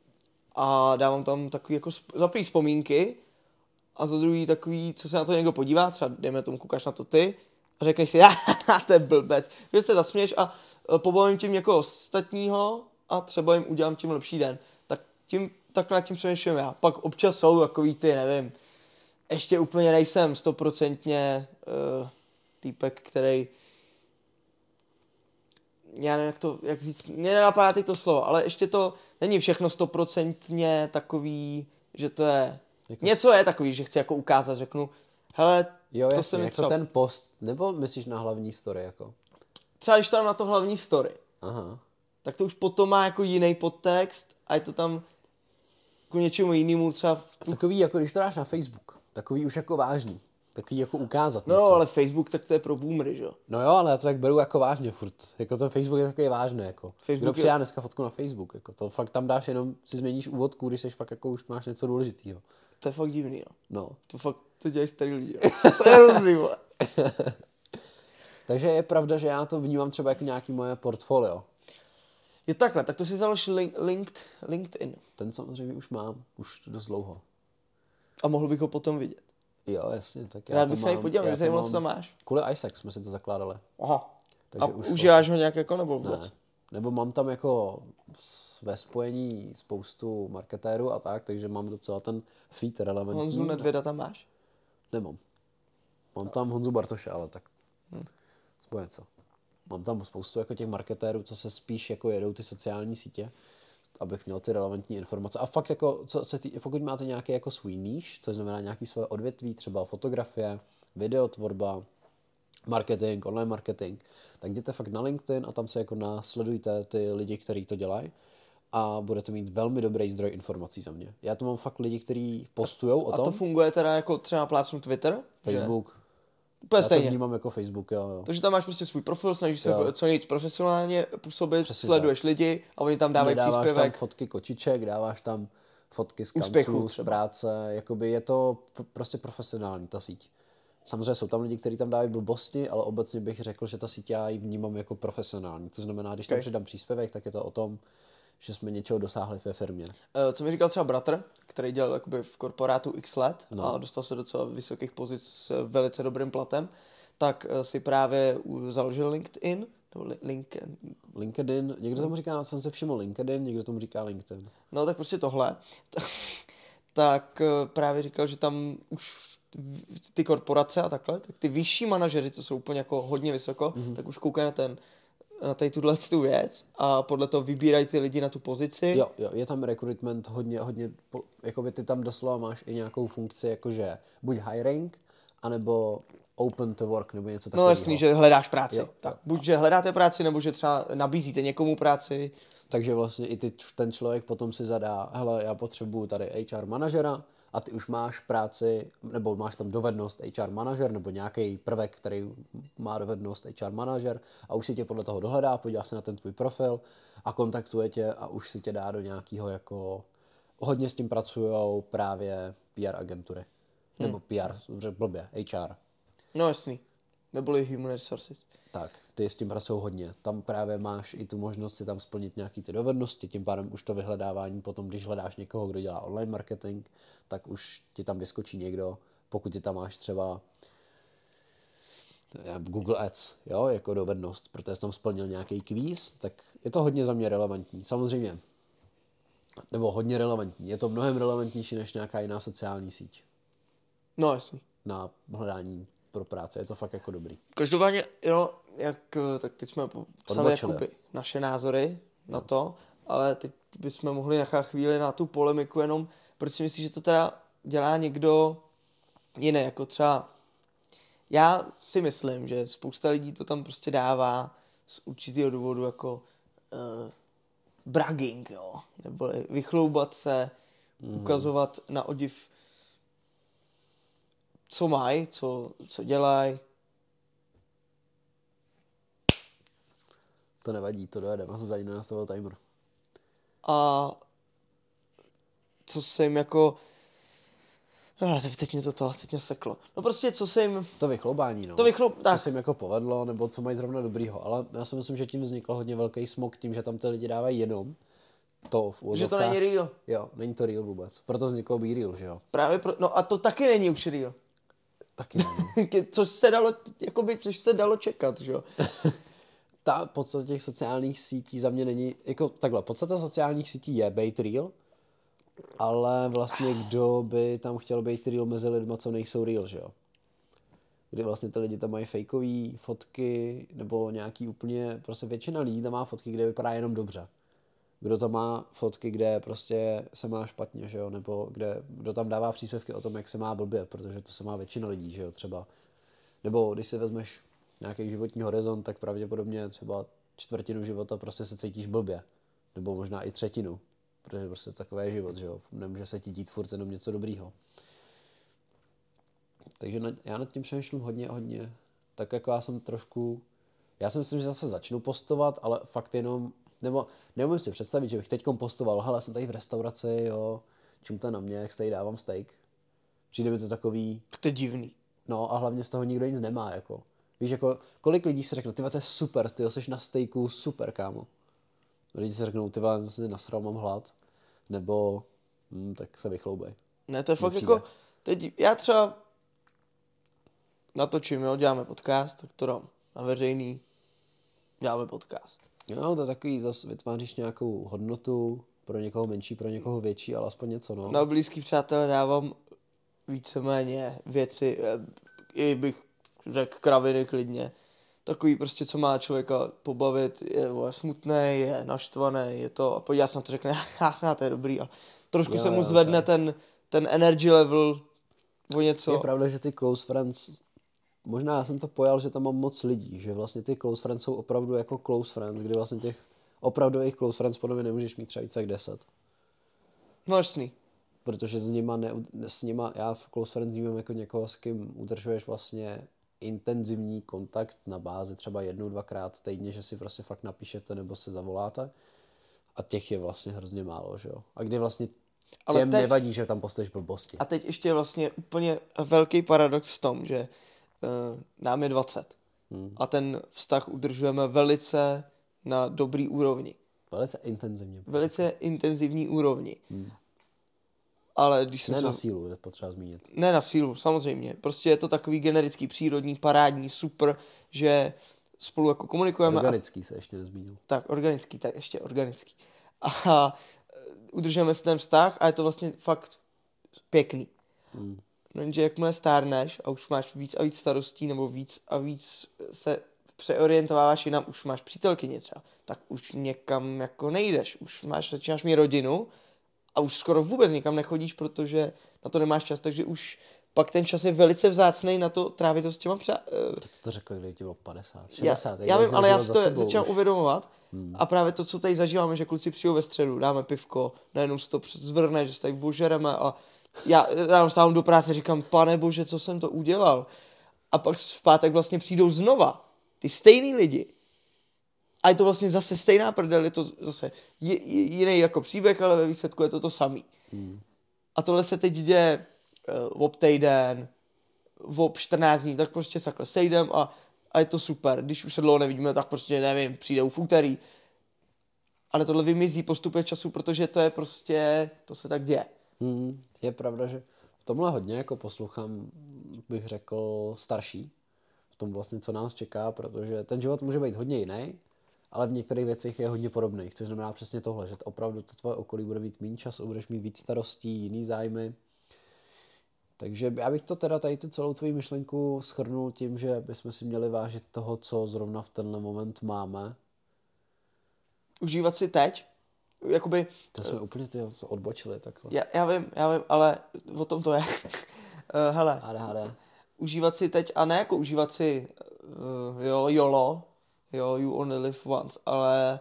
A dávám tam takový jako za první vzpomínky a za druhý takový, co se na to někdo podívá, třeba dejme tomu, koukáš na to ty a řekneš si, to je blbec, že se zasměješ a pobavím tím někoho ostatního a třeba jim udělám tím lepší den. Tak tím tak nad tím přemýšlím já. Pak občas jsou takový ty, nevím, ještě úplně nejsem stoprocentně uh, týpek, který, já nevím, jak to, jak říct, mě nenapadá teď to slovo, ale ještě to není všechno stoprocentně takový, že to je, jako něco je takový, že chci jako ukázat, řeknu, hele, jo, to jasně, se mi jako třeba... ten post, nebo myslíš na hlavní story, jako? Třeba když to dám na to hlavní story, Aha. tak to už potom má jako jiný podtext a je to tam k něčemu jinému třeba v tu... Takový, jako když to dáš na Facebook, takový už jako vážný, takový jako ukázat No, něco. ale Facebook, tak to je pro boomery, že jo? No jo, ale já to tak beru jako vážně furt, jako ten Facebook je takový vážný, jako. Facebook Kdo přidá je... dneska fotku na Facebook, jako to fakt tam dáš jenom, si změníš úvodku, když seš fakt jako už máš něco důležitýho. To je fakt divný, no. No. To fakt, to dělají starý lidi, to je hrozný, vole. Takže je pravda, že já to vnímám třeba jako nějaký moje portfolio. Jo takhle, tak to si založ link, linked, LinkedIn. Ten samozřejmě už mám, už dost dlouho. A mohl bych ho potom vidět. Jo, jasně. Tak já Rád bych se aj podíval, že zajímalo, co tam máš. Kvůli Isaac jsme si to zakládali. Aha. Takže a už užíváš ho nějak jako nebo vůbec? Ne. Nebo mám tam jako ve spojení spoustu marketérů a tak, takže mám docela ten feed relevantní. Honzu Nedvěda tam máš? Nemám. Mám tam Honzu Bartoše, ale tak hm. spoje co. Mám tam spoustu jako těch marketérů, co se spíš jako jedou ty sociální sítě, abych měl ty relevantní informace. A fakt jako, co se tý, pokud máte nějaký jako svůj níž, což znamená nějaký svoje odvětví, třeba fotografie, videotvorba, marketing, online marketing, tak jděte fakt na LinkedIn a tam se jako následujte ty lidi, kteří to dělají a budete mít velmi dobrý zdroj informací za mě. Já tu mám fakt lidi, kteří postujou o tom. A to funguje teda jako třeba plácnu Twitter? Facebook. Že? Úplně Já stejně. to vnímám jako Facebook, jo, jo. Takže tam máš prostě svůj profil, snažíš se jo. co nejvíc profesionálně působit, Přesně sleduješ tak. lidi a oni tam dávají dáváš příspěvek. Dáváš tam fotky kočiček, dáváš tam fotky z Úspěchu, kanců, z práce, jakoby je to p- prostě profesionální ta síť. Samozřejmě jsou tam lidi, kteří tam dávají blbosti, ale obecně bych řekl, že ta síť já ji vnímám jako profesionální. To znamená, když tam okay. přidám příspěvek, tak je to o tom, že jsme něčeho dosáhli ve firmě. Uh, co mi říkal třeba bratr, který dělal jakoby v korporátu x let No. a dostal se do docela vysokých pozic s velice dobrým platem, tak uh, si právě uh, založil LinkedIn, nebo li- LinkedIn. LinkedIn, někdo tomu říká, jsem se všiml LinkedIn, někdo tomu říká LinkedIn. No tak prostě tohle. tak uh, právě říkal, že tam už v- ty korporace a takhle, tak ty vyšší manažeři, co jsou úplně jako hodně vysoko, mm-hmm. tak už koukají na ten na tady tuhle tu věc a podle toho vybírají ty lidi na tu pozici. Jo, jo, je tam recruitment hodně, hodně, po- jakoby ty tam doslova máš i nějakou funkci, jakože buď hiring, anebo open to work, nebo něco takového. No jasný, že hledáš práci. Jo, tak jo. buď, že hledáte práci, nebo že třeba nabízíte někomu práci. Takže vlastně i ty, ten člověk potom si zadá, hele, já potřebuju tady H R manažera a ty už máš práci, nebo máš tam dovednost H R manažer, nebo nějaký prvek, který má dovednost H R manažer a už si tě podle toho dohledá, podívá se na ten tvůj profil a kontaktuje tě a už si tě dá do nějakého jako, hodně s tím pracujou právě P R agentury, hmm. nebo P R, řekl blbě, H R. No jasný. Neboli human resources. Tak, ty s tím pracují hodně. Tam právě máš i tu možnost si tam splnit nějaký ty dovednosti, tím pádem už to vyhledávání potom, když hledáš někoho, kdo dělá online marketing, tak už ti tam vyskočí někdo, pokud ti tam máš třeba Google Ads, jo, jako dovednost, protože jsi tam splnil nějaký kvíz, tak je to hodně za mě relevantní. Samozřejmě, nebo hodně relevantní. Je to mnohem relevantnější než nějaká jiná sociální síť No jasný. na hledání pro práce. Je to fakt jako dobrý. Každopádně, jo, jak, tak teď jsme psali Odbočili. jakoby naše názory no. na to, ale teď bychom mohli nechat chvíli na tu polemiku jenom, proč si myslíš, že to teda dělá někdo jiný, jako třeba já si myslím, že spousta lidí to tam prostě dává z určitého důvodu jako uh, bragging, jo, nebo vychloubat se, mm. ukazovat na odiv, co mají, co, co dělají. To nevadí, to dojedeme, jsem za ní nenastavil timer. A co se jim jako... Ah, teď mě to to, teď mě seklo. No prostě, co se jim... To vychloubání, no. To vychloup... Co Tak. se jim jako povedlo, nebo co mají zrovna dobrýho. Ale já si myslím, že tím vznikl hodně velký smog tím, že tam ty lidi dávají jenom to v Že to úvozovkách. není real. Jo, není to real vůbec. Proto vzniklo Be Real, že jo? Právě pro... No a to taky není už real. Taky ne. no. což se dalo, jakoby, což se dalo čekat, že jo? Ta podstata těch sociálních sítí za mě není, jako takhle, podstata sociálních sítí je být real, ale vlastně kdo by tam chtěl být real mezi lidma, co nejsou real, že jo? Kdy vlastně ty lidi tam mají fejkový fotky, nebo nějaký úplně, prostě většina lidí tam má fotky, kde vypadá jenom dobře. Kdo tam má fotky, kde prostě se má špatně, že jo? Nebo kde, kdo tam dává příspěvky o tom, jak se má blbě, protože to se má většina lidí, že jo, třeba. Nebo když si vezmeš nějaký životní horizont, tak pravděpodobně třeba čtvrtinu života prostě se cítíš blbě. Nebo možná i třetinu, protože prostě takový je život, že jo? Nemůže se ti dít furt jenom něco dobrýho. Takže na, já nad tím přemýšlím hodně, hodně. Tak jako já jsem trošku, já si myslím, že zase začnu postovat, ale fakt jenom, nebo neumím si představit, že bych teďkom postoval, hele, jsem tady v restauraci, jo, čumte na mě, jak tady dávám steak. Přijde mi to takový, To je divný. no a hlavně z toho nikdo nic nemá, jako. Víš, jako, kolik lidí si řekne, ty to je super, ty jsi na stejku, super, kámo. Lidi si řeknou, ty vole, jsem nasral, mám hlad. Nebo, hm, tak se vychloubej. Ne, to je fakt Nepřijde. jako, teď já třeba natočím, jo, děláme podcast, tak to dám na veřejný, děláme podcast. No, to je takový, zase vytváříš nějakou hodnotu, pro někoho menší, pro někoho větší, ale aspoň něco, no. Na blízký přátelé dávám víceméně věci, eh, i bych řekl kraviny klidně. Takový prostě, co má člověka pobavit, je vole, smutnej, je naštvaný, je to, a podívá se na to, řekne, haha, to je dobrý, a trošku Jo, se mu jo, zvedne tak. ten, ten energy level o něco. Je pravda, že ty close friends, možná já jsem to pojal, že tam mám moc lidí, že vlastně ty close friends jsou opravdu jako close friends, kdy vlastně těch opravdových close friends podle mě nemůžeš mít třeba více jak deset. No jasný. Protože s nima, ne, s nima, já v close friends vnímám jako někoho, s kým udržuješ vlastně intenzivní kontakt na bázi třeba jednou, dvakrát týdně, že si prostě fakt napíšete nebo se zavoláte. A těch je vlastně hrozně málo, že jo. A kdy vlastně Ale těm teď- nevadí, že tam posteš blbosti. A teď ještě vlastně úplně velký paradox v tom, že uh, nám je dvacet Hmm. a ten vztah udržujeme velice na dobrý úrovni. Velice intenzivně. Velice intenzivní úrovni. Hmm. Ale když jsem Ne se... na sílu, je potřeba zmínit. Ne na sílu, samozřejmě. Prostě je to takový generický, přírodní, parádní, super, že spolu jako komunikujeme. Organický a... se ještě nezmínil. Tak, organický, tak ještě organický. A udržujeme si ten vztah a je to vlastně fakt pěkný. Hmm. No, jenže jakmile stárneš a už máš víc a víc starostí, nebo víc a víc se přeorientováváš jinam, už máš přítelkyni třeba, tak už někam jako nejdeš. Už máš, začínáš mít rodinu a už skoro vůbec nikam nechodíš, protože na to nemáš čas, takže už pak ten čas je velice vzácnej na to trávit to s těma přá... To jsi to řekl, když ti bylo padesát, šedesát. Já, já vím, ale já si to začínám uvědomovat hmm. a právě to, co tady zažíváme, že kluci přijdou ve středu, dáme pivko, najednou se to zvrne, že se tady božereme a já ráno stávám do práce, říkám, pane bože, co jsem to udělal. A pak v pátek vlastně přijdou znova ty stejný lidi. A je to vlastně zase stejná prdel, je to zase jiný jako příběh, ale ve výsledku je to to samý. Hmm. A tohle se teď děje uh, ob týden, ob čtrnáct dní, tak prostě se takhle sejdem a, a je to super. Když už se dlouho nevidíme, tak prostě nevím, přijdou v úterý. Ale tohle vymizí postupem času, protože to je prostě, to se tak děje. Hmm. Je pravda, že v tomhle hodně jako poslouchám, bych řekl, starší. V tom vlastně, co nás čeká, protože ten život může být hodně jiný, ale v některých věcech je hodně podobný, což znamená přesně tohle, že opravdu to tvoje okolí bude mít méně času, budeš mít víc starostí, jiný zájmy. Takže já bych to teda tady tu celou tvoji myšlenku shrnul tím, že bychom si měli vážit toho, co zrovna v tenhle moment máme. Užívat si teď. Jakoby, to jsme uh, úplně ty odbočili takhle. Já, já vím, já vím, ale o tom to je. uh, hele, hade, hade. Užívat si teď, a ne jako užívat si uh, jo, YOLO, jo, you only live once, ale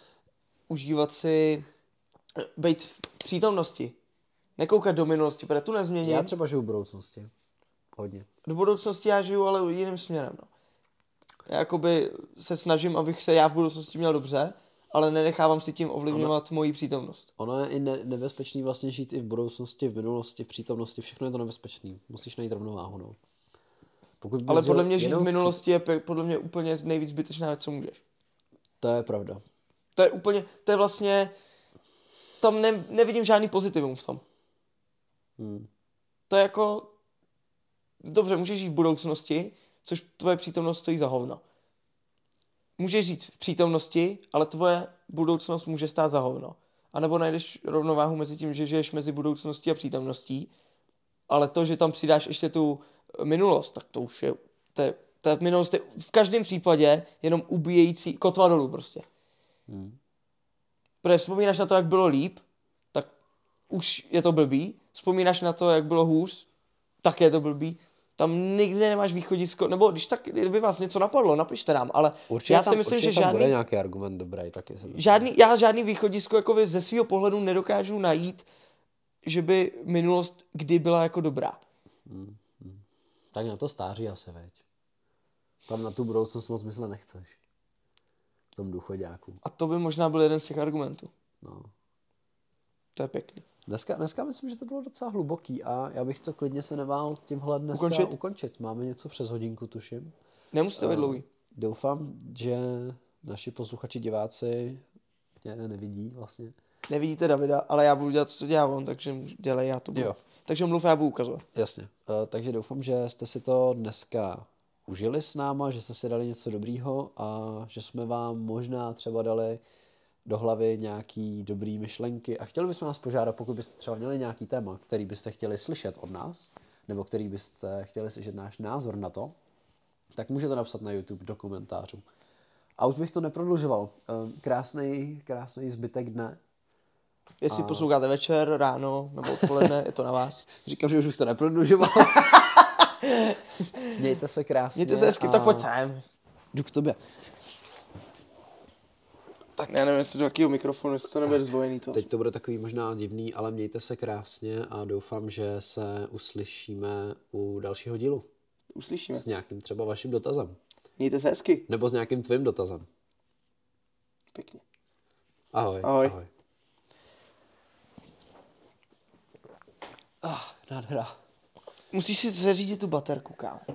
užívat si, být v přítomnosti. Nekoukat do minulosti, protože tu nezměním. Já třeba žiju v budoucnosti. Hodně. Do budoucnosti já žiju, ale jiným směrem, no. Já jakoby se snažím, abych se já v budoucnosti měl dobře, ale nenechávám si tím ovlivňovat ono, moji přítomnost. Ono je i ne- nebezpečný vlastně žít i v budoucnosti, v minulosti, v přítomnosti, všechno je to nebezpečný. Musíš najít rovnováhu, no. Pokud ale podle mě žít v minulosti je podle mě úplně nejvíc zbytečná věc, co můžeš. To je pravda. To je úplně, to je vlastně, tam ne, nevidím žádný pozitivum v tom. Hmm. To je jako, dobře, můžeš žít v budoucnosti, což tvoje přítomnost stojí za hovno. Můžeš žít v přítomnosti, ale tvoje budoucnost může stát za hovno. A nebo najdeš rovnováhu mezi tím, že žiješ mezi budoucností a přítomností, ale to, že tam přidáš ještě tu minulost, tak to už je, to je ta minulost je v každém případě jenom ubíjející kotva dolů prostě. Hmm. Protože vzpomínáš na to, jak bylo líp, tak už je to blbý. Vzpomínáš na to, jak bylo hůř, tak je to blbý. Tam nikdy nemáš východisko, nebo když tak, kdyby vás něco napadlo, napište nám, ale určitě já si tam, myslím, že tam žádný, bude nějaký argument dobrý, taky jsem žádný, já žádný východisko jako ze svého pohledu nedokážu najít, že by minulost kdy byla jako dobrá. Hmm, hmm. Tak na to stáří asi, veď. Tam na tu budoucnost moc myslet nechceš. V tom důchoďáku. A to by možná byl jeden z těch argumentů. No. To je pěkný. Dneska, dneska myslím, že to bylo docela hluboký a já bych to klidně se nevál tímhle dneska ukončit. ukončit. Máme něco přes hodinku, tuším. Nemusíte být dlouhý. Doufám, že naši posluchači, diváci mě nevidí vlastně. Nevidíte Davida, ale já budu dělat, co dělá on, takže dělej, já to budu. Jo. Takže mluv, já budu ukazovat. Jasně. Uh, takže doufám, že jste si to dneska užili s náma, že jste si dali něco dobrýho a že jsme vám možná třeba dali do hlavy nějaký dobrý myšlenky a chtěli bychom vás požádat, pokud byste třeba měli nějaký téma, který byste chtěli slyšet od nás, nebo který byste chtěli slyšet náš názor na to, tak můžete napsat na YouTube do komentářů. A už bych to neprodlužoval. Krásný, krásný zbytek dne. Jestli a... posloucháte večer, ráno nebo odpoledne, je to na vás. Říkám, že už bych to neprodlužoval. Mějte se krásně. Mějte se hezky, a... tak pojď sem. Jdu k tobě. Tak já nevím, jestli do jakého mikrofonu, jestli to nebude zdvojený to. Teď to bude takový možná divný, ale mějte se krásně a doufám, že se uslyšíme u dalšího dílu. Uslyšíme. S nějakým třeba vaším dotazem. Mějte se hezky. Nebo s nějakým tvým dotazem. Pěkně. Ahoj. Ahoj. Ahoj. Ah, nádhera. Musíš si zařídit tu baterku, kámo.